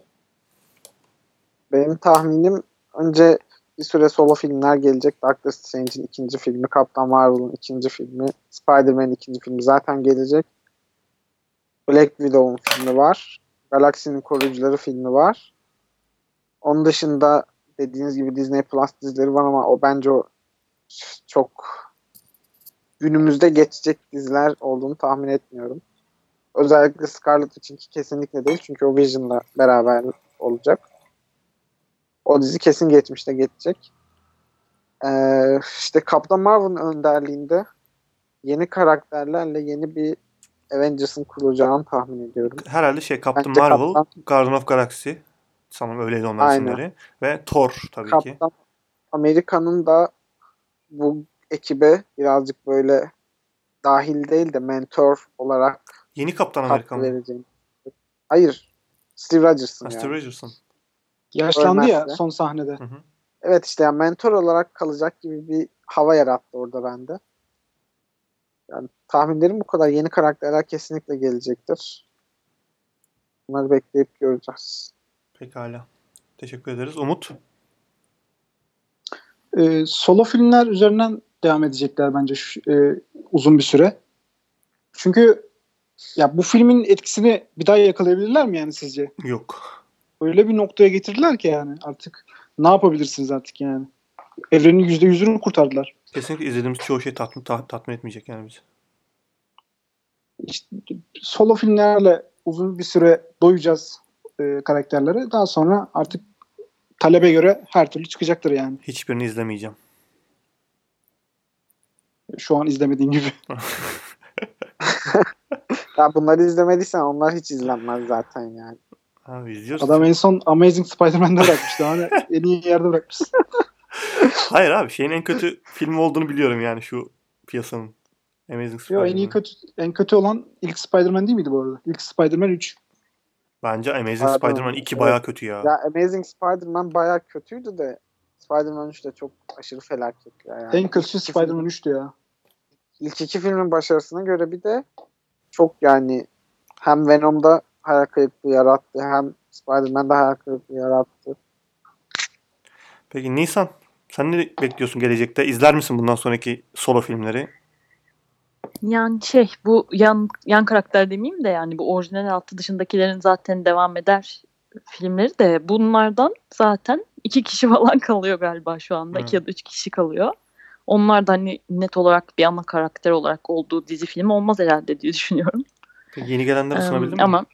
Benim tahminim önce bir süre solo filmler gelecek. Doctor Strange'in ikinci filmi, Captain Marvel'ın ikinci filmi, Spider-Man'in ikinci filmi zaten gelecek. Black Widow'un filmi var. Galaksinin Koruyucuları filmi var. Onun dışında dediğiniz gibi Disney Plus dizileri var ama o bence o çok günümüzde geçecek diziler olduğunu tahmin etmiyorum. Özellikle Scarlet Witch'inki kesinlikle değil. Çünkü o Vision'la beraber olacak. O dizi kesin geçmişte geçecek. Ee, işte Kaptan Marvel'ın önderliğinde yeni karakterlerle yeni bir Avengers'ın kurulacağını tahmin ediyorum. Herhalde şey Captain Bence Marvel, Kaptan, Guardian of Galaxy. Sanırım öyleydi onların aynen. isimleri. Ve Thor tabii ki. Kaptan Amerika'nın da bu ekibe birazcık böyle dahil değil de mentor olarak Yeni Kaptan Amerika katkı mı? vereceğim. Hayır. Steve Rogers'ın Ha, yani. Steve Rogers'ın. Yaşlandı ya Ölmezse. son sahnede. Hı hı. Evet işte yani mentor olarak kalacak gibi bir hava yarattı orada bende. Yani tahminlerim bu kadar. Yeni karakterler kesinlikle gelecektir. Bunları bekleyip göreceğiz. Pekala. Teşekkür ederiz. Umut? Ee, solo filmler üzerinden devam edecekler bence şu, e, uzun bir süre. Çünkü ya bu filmin etkisini bir daha yakalayabilirler mi yani sizce? Yok. Öyle bir noktaya getirdiler ki yani artık ne yapabilirsiniz artık yani. Evrenin yüzde yüzünü kurtardılar. Kesinlikle izlediğimiz çoğu şey tatmin, ta- tatmin etmeyecek yani bizi. İşte solo filmlerle uzun bir süre doyacağız e, karakterlere. Daha sonra artık talebe göre her türlü çıkacaktır yani. Hiçbirini izlemeyeceğim. Şu an izlemediğin gibi. Ya bunları izlemediysen onlar hiç izlenmez zaten yani. Abi izliyoruz. Adam en son Amazing Spider-Man'de bırakmıştı. Hani en iyi yerde bırakmışsın. Hayır abi şeyin en kötü film olduğunu biliyorum yani şu piyasanın. Amazing Yo, Spider-Man. en iyi kötü en kötü olan ilk Spider-Man değil miydi bu arada? İlk Spider-Man üç. Bence Amazing Pardon. Spider-Man iki Evet. bayağı kötü ya. Ya Amazing Spider-Man bayağı kötüydü de Spider-Man üç de çok aşırı felaket ya. Yani En kötüsü İlk iki Spider-Man film- üçtü ya. İlk iki filmin başarısına göre bir de çok yani hem Venom'da hayal kırıklığı yarattı hem Spider-Man'da hayal kırıklığı yarattı. Peki Nisan sen ne bekliyorsun gelecekte? İzler misin bundan sonraki solo filmleri? Yani şey bu yan yan karakter demeyeyim de yani bu orijinal altı dışındakilerin zaten devam eder filmleri de bunlardan zaten iki kişi falan kalıyor galiba şu anda. Evet. iki ya da üç kişi kalıyor. Onlar da hani net olarak bir ana karakter olarak olduğu dizi film olmaz herhalde diye düşünüyorum. Peki yeni gelenleri Em, ısınabildin mi? ama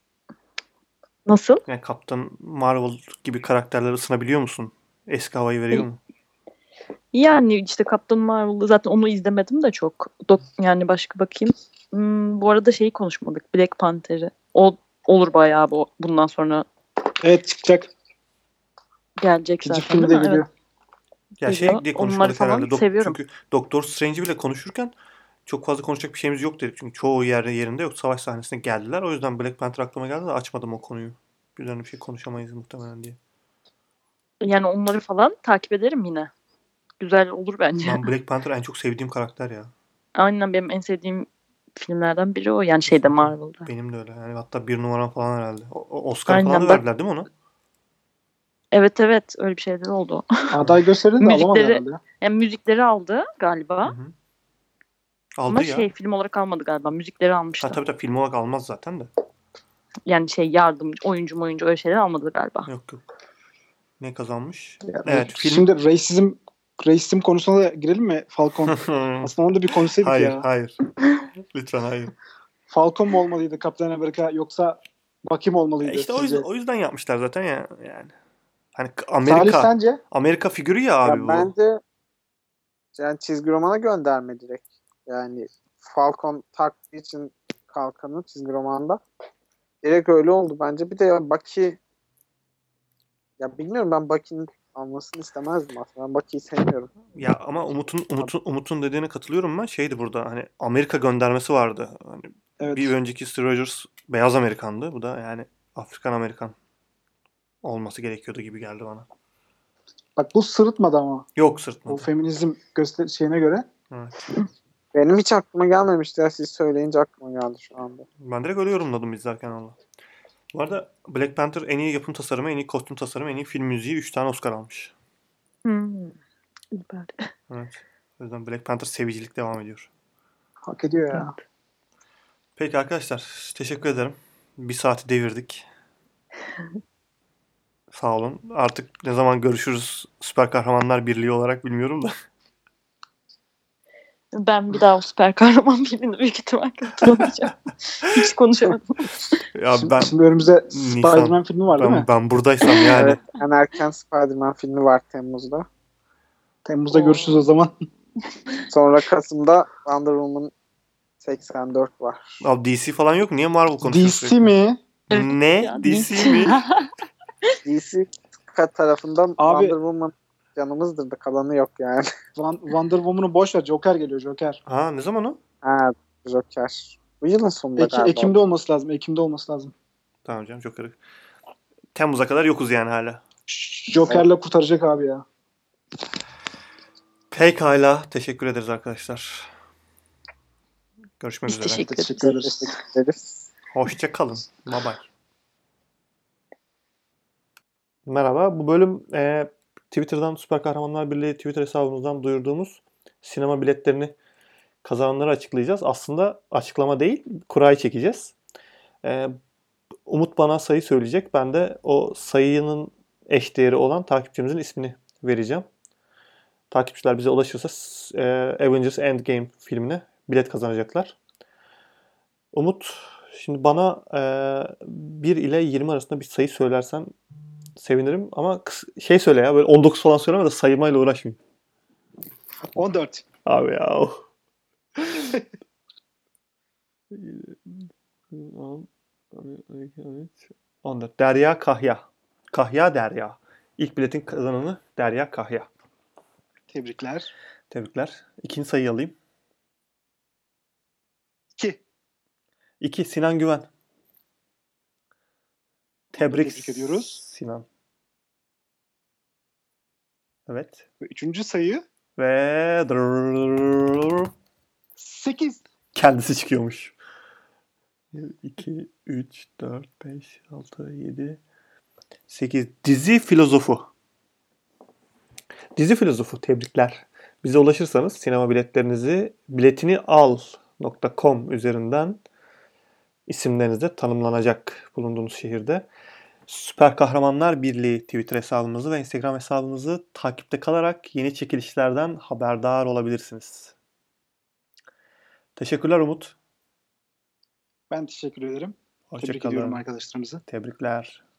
nasıl? Yani Kaptan Marvel gibi karakterleri ısınabiliyor musun? Eski havayı veriyor mu? Yani işte Captain Marvel'ı zaten onu izlemedim de çok. Dok- yani başka bakayım. Hmm, bu arada şeyi konuşmadık. Black Panther'ı. O olur bayağı bu bundan sonra Evet çıkacak. gelecek İkinci zaten değil filmde mi? geliyor. Evet, Ya geliyor. şey diye Onları konuşmadık falan herhalde. Dok- seviyorum. çünkü Doktor Strange'i bile konuşurken çok fazla konuşacak bir şeyimiz yok dedik. Çünkü çoğu yer yerinde yok. Savaş sahnesine geldiler. O yüzden Black Panther aklıma geldi de açmadım o konuyu. Üzerine bir şey konuşamayız muhtemelen diye. Yani onları falan takip ederim yine. Güzel olur bence. Ben Black Panther en çok sevdiğim karakter ya. Aynen benim en sevdiğim filmlerden biri o. Yani şeyde Marvel'da. Benim de öyle. Yani hatta bir numaram falan herhalde. O- o- Oscar falan Aynen da bak. verdiler değil mi ona? Evet evet öyle bir şeyler oldu. Aday gösterildi de alamadı Müzikleri herhalde ya. yani müzikleri aldı Hı galiba. hı. Aldı Ama ya. şey film olarak almadı galiba. Müzikleri Ha almıştı. tabii tabii film olarak almaz zaten de. Yani şey yardımcı, oyuncu oyuncu öyle şeyler almadı galiba. Yok yok. Ne kazanmış? Ya, Evet film. Şimdi racism, racism konusuna da girelim mi Falcon? Aslında onu da bir konuşsaydık Hayır ya. hayır. Lütfen hayır. Falcon mu olmalıydı Kaptan Amerika yoksa Bucky mi Ya olmalıydı işte o sizce? yüzden, o yüzden yapmışlar zaten ya yani. Hani k- Salih Amerika sence? Amerika figürü ya abi Ya bu. bence yani çizgi romana gönderme direkt. Yani Falcon taktığı için kalkanı çizgi romanda. Direkt öyle oldu bence. Bir de ya Bucky ya bilmiyorum ben Bucky'nin almasını istemezdim aslında. Ben Bucky'yi sevmiyorum. Ya ama Umut'un Umut'un Umut'un dediğine katılıyorum ben. Şeydi burada hani Amerika göndermesi vardı. Hani Evet. bir önceki Steve Rogers beyaz Amerikandı. Bu da yani Afrikan Amerikan olması gerekiyordu gibi geldi bana. Bak bu sırıtmadı ama. Yok O sırtmadı. feminizm göster şeyine göre. Evet. Benim hiç aklıma gelmemişti ya siz söyleyince aklıma geldi şu anda. Ben direkt öyle yorumladım izlerken onu. Bu arada Black Panther en iyi yapım tasarımı, en iyi kostüm tasarımı, en iyi film müziği üç tane Oscar almış. Hmm. Süper. Evet. O yüzden Black Panther sevicilik devam ediyor. Hak ediyor ya. Peki arkadaşlar teşekkür ederim. Bir saati devirdik. Sağ olun. Artık ne zaman görüşürüz Süper Kahramanlar Birliği olarak bilmiyorum da. Ben bir daha o süper kahraman filmini büyük ihtimalle hatırlamayacağım. Hiç konuşamadım. Ya şimdi, ben şimdi önümüzde Nisan- Spider-Man filmi var değil ben, mi? ben buradaysam yani. Evet, en erken Spider-Man filmi var Temmuz'da. Temmuz'da Oo. görüşürüz o zaman. Sonra Kasım'da Wonder Woman seksen dört var. Abi D C falan yok. Niye Marvel D konuşuyorsun? C mi? Ne? Ya, D C mi? D C tarafından Abi- Wonder Woman canımızdır da kalanı yok yani. Van- Wonder Woman'ı boş ver. Joker geliyor Joker. Ha, ne zaman o? Ha, Joker. Bu yılın sonunda Eki- galiba. Ekim'de olması lazım. Ekim'de olması lazım. Tamam canım, Joker'ı. Temmuz'a kadar yokuz yani hala. Joker'le kurtaracak abi ya. Pekala. Teşekkür ederiz arkadaşlar. Görüşmek Biz üzere. teşekkür ederiz. Teşekkür ederiz. Teşekkür ederiz. Hoşça kalın. Bye bye. Merhaba. Bu bölüm e, Twitter'dan Süper Kahramanlar Birliği Twitter hesabımızdan duyurduğumuz sinema biletlerini kazananları açıklayacağız. Aslında açıklama değil, kurayı çekeceğiz. E, Umut bana sayı söyleyecek. Ben de o sayının eşdeğeri olan takipçimizin ismini vereceğim. Takipçiler bize ulaşırsa e, Avengers Endgame filmine bilet kazanacaklar. Umut, şimdi bana e, bir ile yirmi arasında bir sayı söylersen sevinirim. Ama kıs- şey söyle ya, böyle on dokuz falan söyleme de saymayla uğraşmayayım. on dört. Abi ya. on dört. Derya Kahya. Kahya Derya. İlk biletin kazananı Derya Kahya. Tebrikler. Tebrikler. İkinci sayıyı alayım. iki. iki. Sinan Güven. Tebrik, Tebrik ediyoruz. Sinan. Evet. Ve üçüncü sayı Ve sekiz. kendisi çıkıyormuş. iki, üç, dört, beş, altı, yedi, sekiz. Dizi filozofu. Dizi filozofu, tebrikler. Bize ulaşırsanız sinema biletlerinizi biletini al nokta com üzerinden isimlerinizde tanımlanacak bulunduğunuz şehirde. Süper Kahramanlar Birliği Twitter hesabımızı ve Instagram hesabımızı takipte kalarak yeni çekilişlerden haberdar olabilirsiniz. Teşekkürler Umut. Ben teşekkür ederim. Hoşça Tebrik kalın. ediyorum arkadaşlarımızı. Tebrikler.